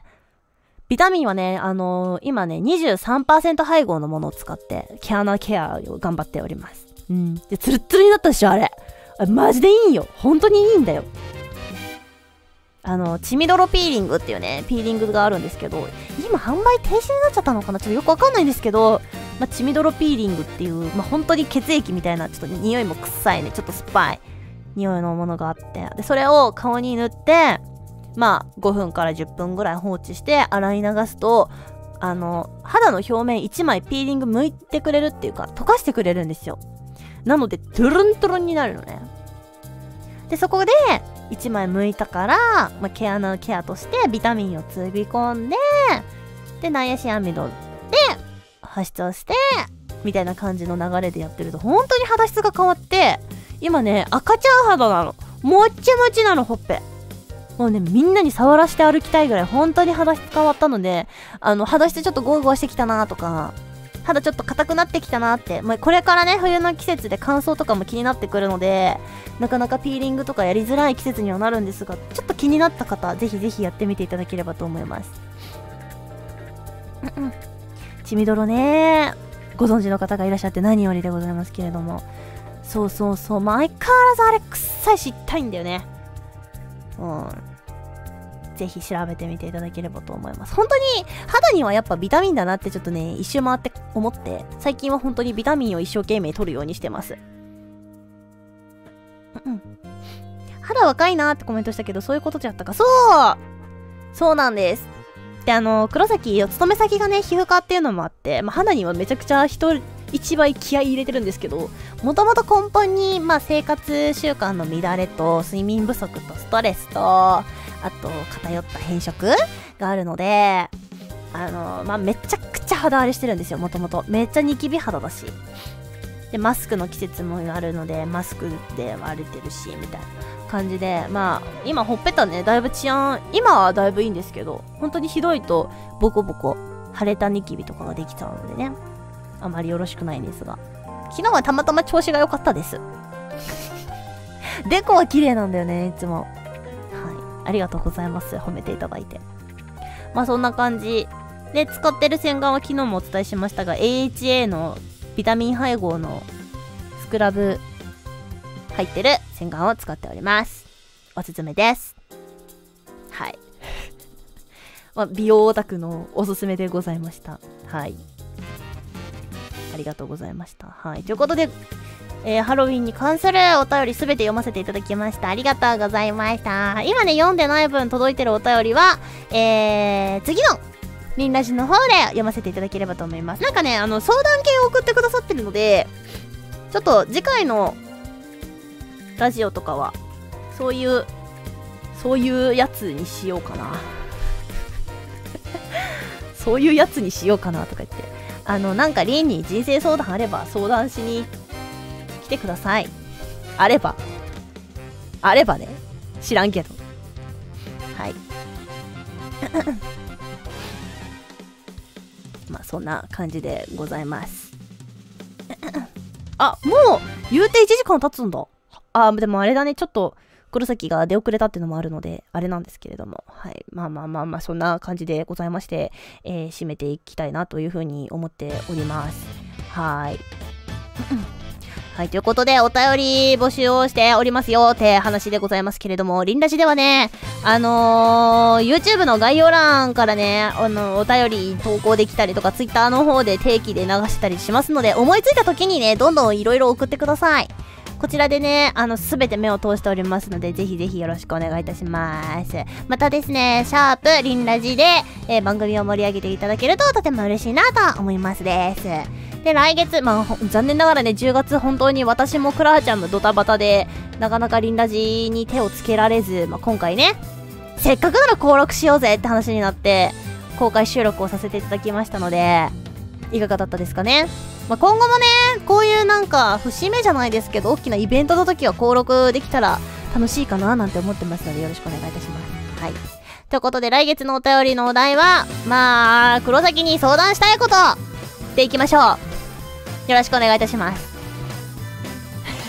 Speaker 2: ビタミンはね、あのー、今ね、にじゅうさんパーセント 配合のものを使って、毛穴ケアを頑張っております。うん。で、ツルッツルになったでしょ、あれ。あれマジでいいよ。本当にいいんだよ。あの、チミドロピーリングっていうね、ピーリングがあるんですけど、今販売停止になっちゃったのかな、ちょっとよくわかんないんですけど、まあ、チミドロピーリングっていう、まあ、本当に血液みたいな、ちょっと匂いも臭いね、ちょっと酸っぱい匂いのものがあって、で、それを顔に塗って、まあ、ごふんからじゅっぷんぐらい放置して洗い流すと、あの、肌の表面いちまいピーリング剥いてくれるっていうか、溶かしてくれるんですよ。なので、トゥルントゥルンになるのね。で、そこで、いちまい剥いたから、まあ、毛穴のケアとしてビタミンをつぎ込んで、で、ナイアシンアミドで保湿をして、みたいな感じの流れでやってると、本当に肌質が変わって、今ね、赤ちゃん肌なの。もっちもちなの、ほっぺ。もうね、みんなに触らして歩きたいぐらい、本当に肌質変わったので、あの、肌質ちょっとゴワゴワしてきたなとか、肌ちょっと硬くなってきたなって、まあ、これからね、冬の季節で乾燥とかも気になってくるので、なかなかピーリングとかやりづらい季節にはなるんですが、ちょっと気になった方、ぜひぜひやってみていただければと思います。うんうん。チミドロね、ご存知の方がいらっしゃって何よりでございますけれども、そうそうそう、まあ、相変わらずあれ臭いし痛いんだよね。うん。ぜひ調べてみていただければと思います。本当に肌にはやっぱビタミンだなってちょっとね、一周回って思って、最近は本当にビタミンを一生懸命取るようにしてます。うん。肌若いなってコメントしたけど、そういうことじゃったか。そうそうなんです。で、あの、黒崎、お勤め先がね、皮膚科っていうのもあって、まあ、肌にはめちゃくちゃ人一倍気合い入れてるんですけど、もともと根本に、まあ、生活習慣の乱れと、睡眠不足とストレスと、あと、偏った変色があるので、あの、まあ、めちゃくちゃ肌荒れしてるんですよ、もともと。めっちゃニキビ肌だし。で、マスクの季節もあるので、マスクで荒れてるし、みたいな感じで、まあ、今、ほっぺたね、だいぶ治安、今はだいぶいいんですけど、本当にひどいと、ボコボコ、腫れたニキビとかができちゃうのでね、あまりよろしくないんですが。昨日はたまたま調子が良かったです。デコは綺麗なんだよね、いつも。はい。ありがとうございます。褒めていただいて。まあそんな感じ。で、使ってる洗顔は昨日もお伝えしましたが、エーエイチエー のビタミン配合のスクラブ入ってる洗顔を使っております。おすすめです。はい。まあ、美容オタクのおすすめでございました。はい。ありがとうございました。はい。ということで、えー、ハロウィンに関するお便りすべて読ませていただきました。ありがとうございました。今ね、読んでない分届いてるお便りは、えー、次のリンラジの方で読ませていただければと思います。なんかね、あの、相談系を送ってくださってるので、ちょっと次回のラジオとかは、そういう、そういうやつにしようかな。そういうやつにしようかなとか言って。あの、なんかリンに人生相談あれば相談しに来てください。あれば。あればね。知らんけど。はい。まあ、そんな感じでございます。あ、もう、言うていちじかん経つんだ。あ、でもあれだね、ちょっと、黒崎が出遅れたっていうのもあるので、あれなんですけれども、はい。まあまあまあまあ、そんな感じでございまして、えー、締めていきたいなというふうに思っております。はい。はい、ということで、お便り募集をしておりますよって話でございますけれども、リンラジではね、あのー、YouTube の概要欄からね、あの、お便り投稿できたりとか、Twitter の方で定期で流したりしますので、思いついた時にね、どんどんいろいろ送ってください。こちらでね、あの、すべて目を通しておりますので、ぜひぜひよろしくお願いいたします。またですね、シャープリンラジで、えー、番組を盛り上げていただけるととても嬉しいなと思いますです。で、来月、まあ、残念ながらね、じゅうがつ本当に私もクラハちゃんもドタバタで、なかなかリンラジに手をつけられず、まあ、今回ね、せっかくなら登録しようぜって話になって、公開収録をさせていただきましたので、いかがだったですかね。まあ、今後もね、こういうなんか、節目じゃないですけど、大きなイベントの時は登録できたら楽しいかななんて思ってますので、よろしくお願いいたします。はい。ということで、来月のお便りのお題は、まあ、黒崎に相談したいことでいきましょう。よろしくお願いいたします。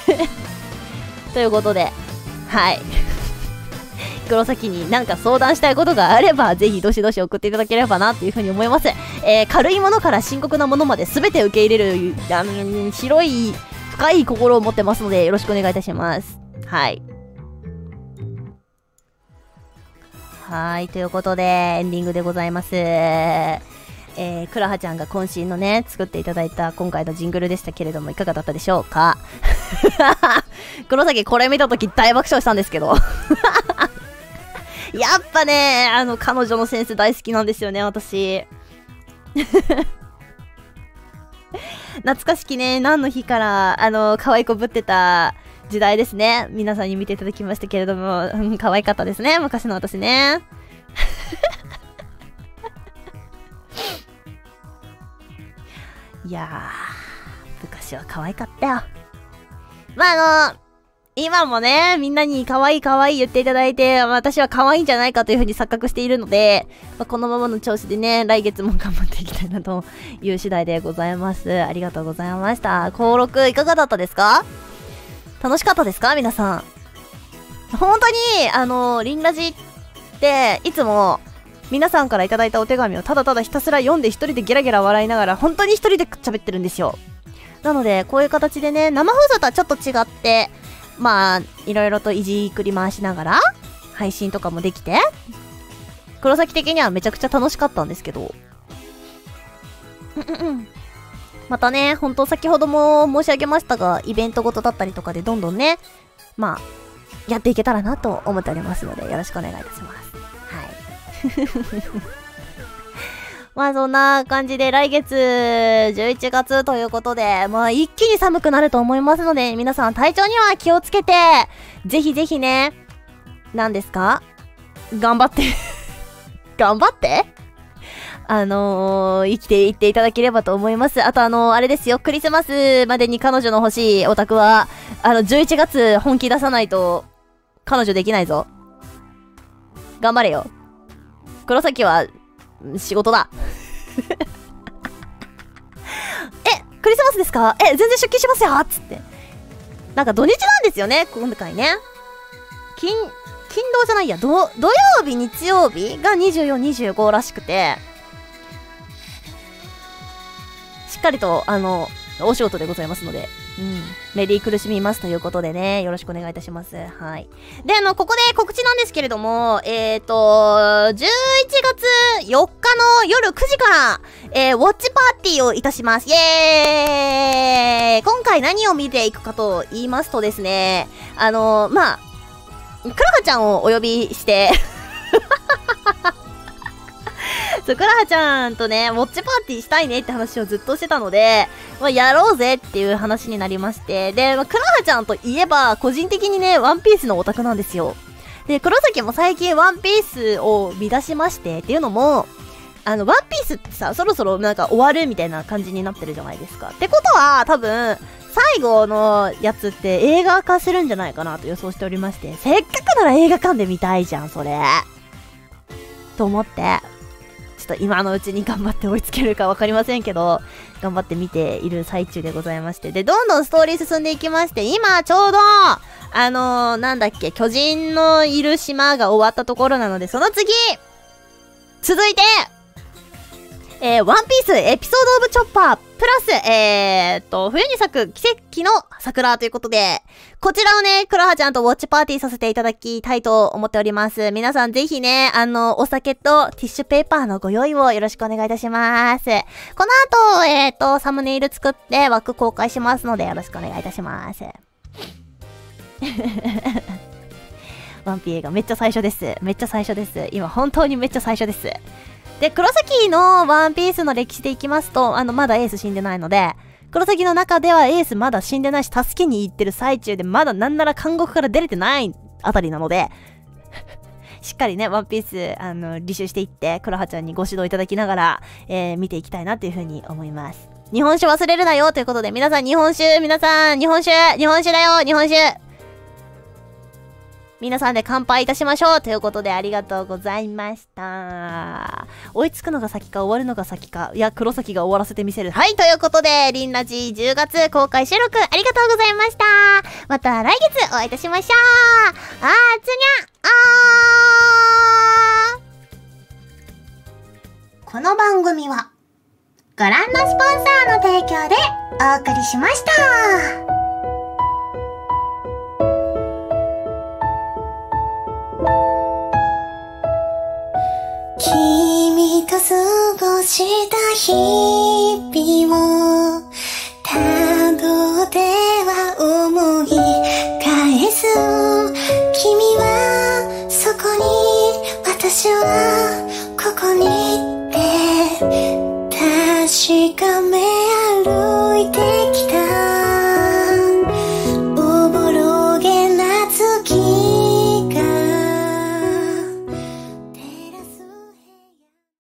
Speaker 2: ということで、はい。黒崎になんか相談したいことがあれば、ぜひどしどし送っていただければなというふうに思います。えー、軽いものから深刻なものまで全て受け入れる、あの、広い、深い心を持ってますので、よろしくお願いいたします。はい。はい、ということで、エンディングでございます。えー、くらはちゃんが渾身のね、作っていただいた今回のジングルでしたけれども、いかがだったでしょうか。黒崎これ見たとき大爆笑したんですけど。やっぱね、あの、彼女のセンス大好きなんですよね、私。懐かしきね、何の日から、あの、可愛い子ぶってた時代ですね。皆さんに見ていただきましたけれども、うん、可愛かったですね、昔の私ね。いやー、昔は可愛かったよ。まあ、あの、今もね、みんなに可愛い可愛い言っていただいて、私は可愛いんじゃないかというふうに錯覚しているので、まあ、このままの調子でね、来月も頑張っていきたいなという次第でございます。ありがとうございました。登録いかがだったですか？楽しかったですか皆さん。本当に、あの、リンラジって、いつも、皆さんからいただいたお手紙をただただひたすら読んで一人でゲラゲラ笑いながら、本当に一人で喋ってるんですよ。なので、こういう形でね、生放送とはちょっと違って、まあ、いろいろといじくり回しながら、配信とかもできて、黒崎的にはめちゃくちゃ楽しかったんですけど、またね、本当先ほども申し上げましたが、イベントごとだったりとかでどんどんね、まあ、やっていけたらなと思っておりますので、よろしくお願いいたします。はい。まあそんな感じで来月じゅういちがつということで、まあ一気に寒くなると思いますので、皆さん体調には気をつけて、ぜひぜひね、何ですか？頑張って、頑張ってあのー、生きていっていただければと思います。あとあのー、あれですよ、クリスマスまでに彼女の欲しいオタクは、あの、じゅういちがつ本気出さないと、彼女できないぞ。頑張れよ。黒崎は、仕事だ。え、クリスマスですか？え、全然出勤しますよつって。なんか土日なんですよね、今回ね。金、金土じゃないや、土、土曜日、日曜日がにじゅうよん、にじゅうごらしくて、しっかりと、あの、お仕事でございますので、うん。メリー苦しみますということでね、よろしくお願いいたします。はい。で、あの、ここで告知なんですけれども、えーと、じゅういちがつよっかの夜くじから、えー、ウォッチパーティーをいたします。イエーイ！今回何を見ていくかと言いますとですね、あのー、まあ、クラハちゃんをお呼びして、そう、クラハちゃんとね、ウォッチパーティーしたいねって話をずっとしてたので、まあ、やろうぜっていう話になりまして、で、まあ、クラハちゃんといえば、個人的にね、ワンピースのオタクなんですよ。で、黒崎も最近ワンピースを見出しまして、っていうのも、あの、ワンピースってさ、そろそろなんか終わるみたいな感じになってるじゃないですか。ってことは、多分、最後のやつって映画化するんじゃないかなと予想しておりまして、せっかくなら映画館で見たいじゃん、それ。と思って、ちょっと今のうちに頑張って追いつけるかわかりませんけど、頑張って見ている最中でございまして。で、どんどんストーリー進んでいきまして、今ちょうど、あのー、なんだっけ、巨人のいる島が終わったところなので、その次続いて、えー、ワンピースエピソードオブチョッパープラス、えーっと、冬に咲く奇跡の桜ということで、こちらをね、クラハちゃんとウォッチパーティーさせていただきたいと思っております。皆さんぜひね、あの、お酒とティッシュペーパーのご用意をよろしくお願いいたします。この後、えーっと、サムネイル作って枠公開しますのでよろしくお願いいたします。ワンピーがめっちゃ最初です。めっちゃ最初です。今本当にめっちゃ最初です。で、黒崎のワンピースの歴史でいきますと、あの、まだエース死んでないので、黒崎の中ではエースまだ死んでないし、助けに行ってる最中で、まだなんなら監獄から出れてないあたりなので、しっかりね、ワンピース、あの、履修していって、クラハちゃんにご指導いただきながら、えー、見ていきたいなというふうに思います。日本酒忘れるなよということで、皆さん日本酒、皆さん日本酒、日本酒だよ、日本酒皆さんで乾杯いたしましょうということでありがとうございました。追いつくのが先か終わるのが先か。いや、黒崎が終わらせてみせる。はい、ということで、リンラジじゅうがつ公開収録ありがとうございました。 また来月お会いいたしましょう。あーつにゃあー。この番組はご覧のスポンサーの提供でお送りしました。君と過ごした日々を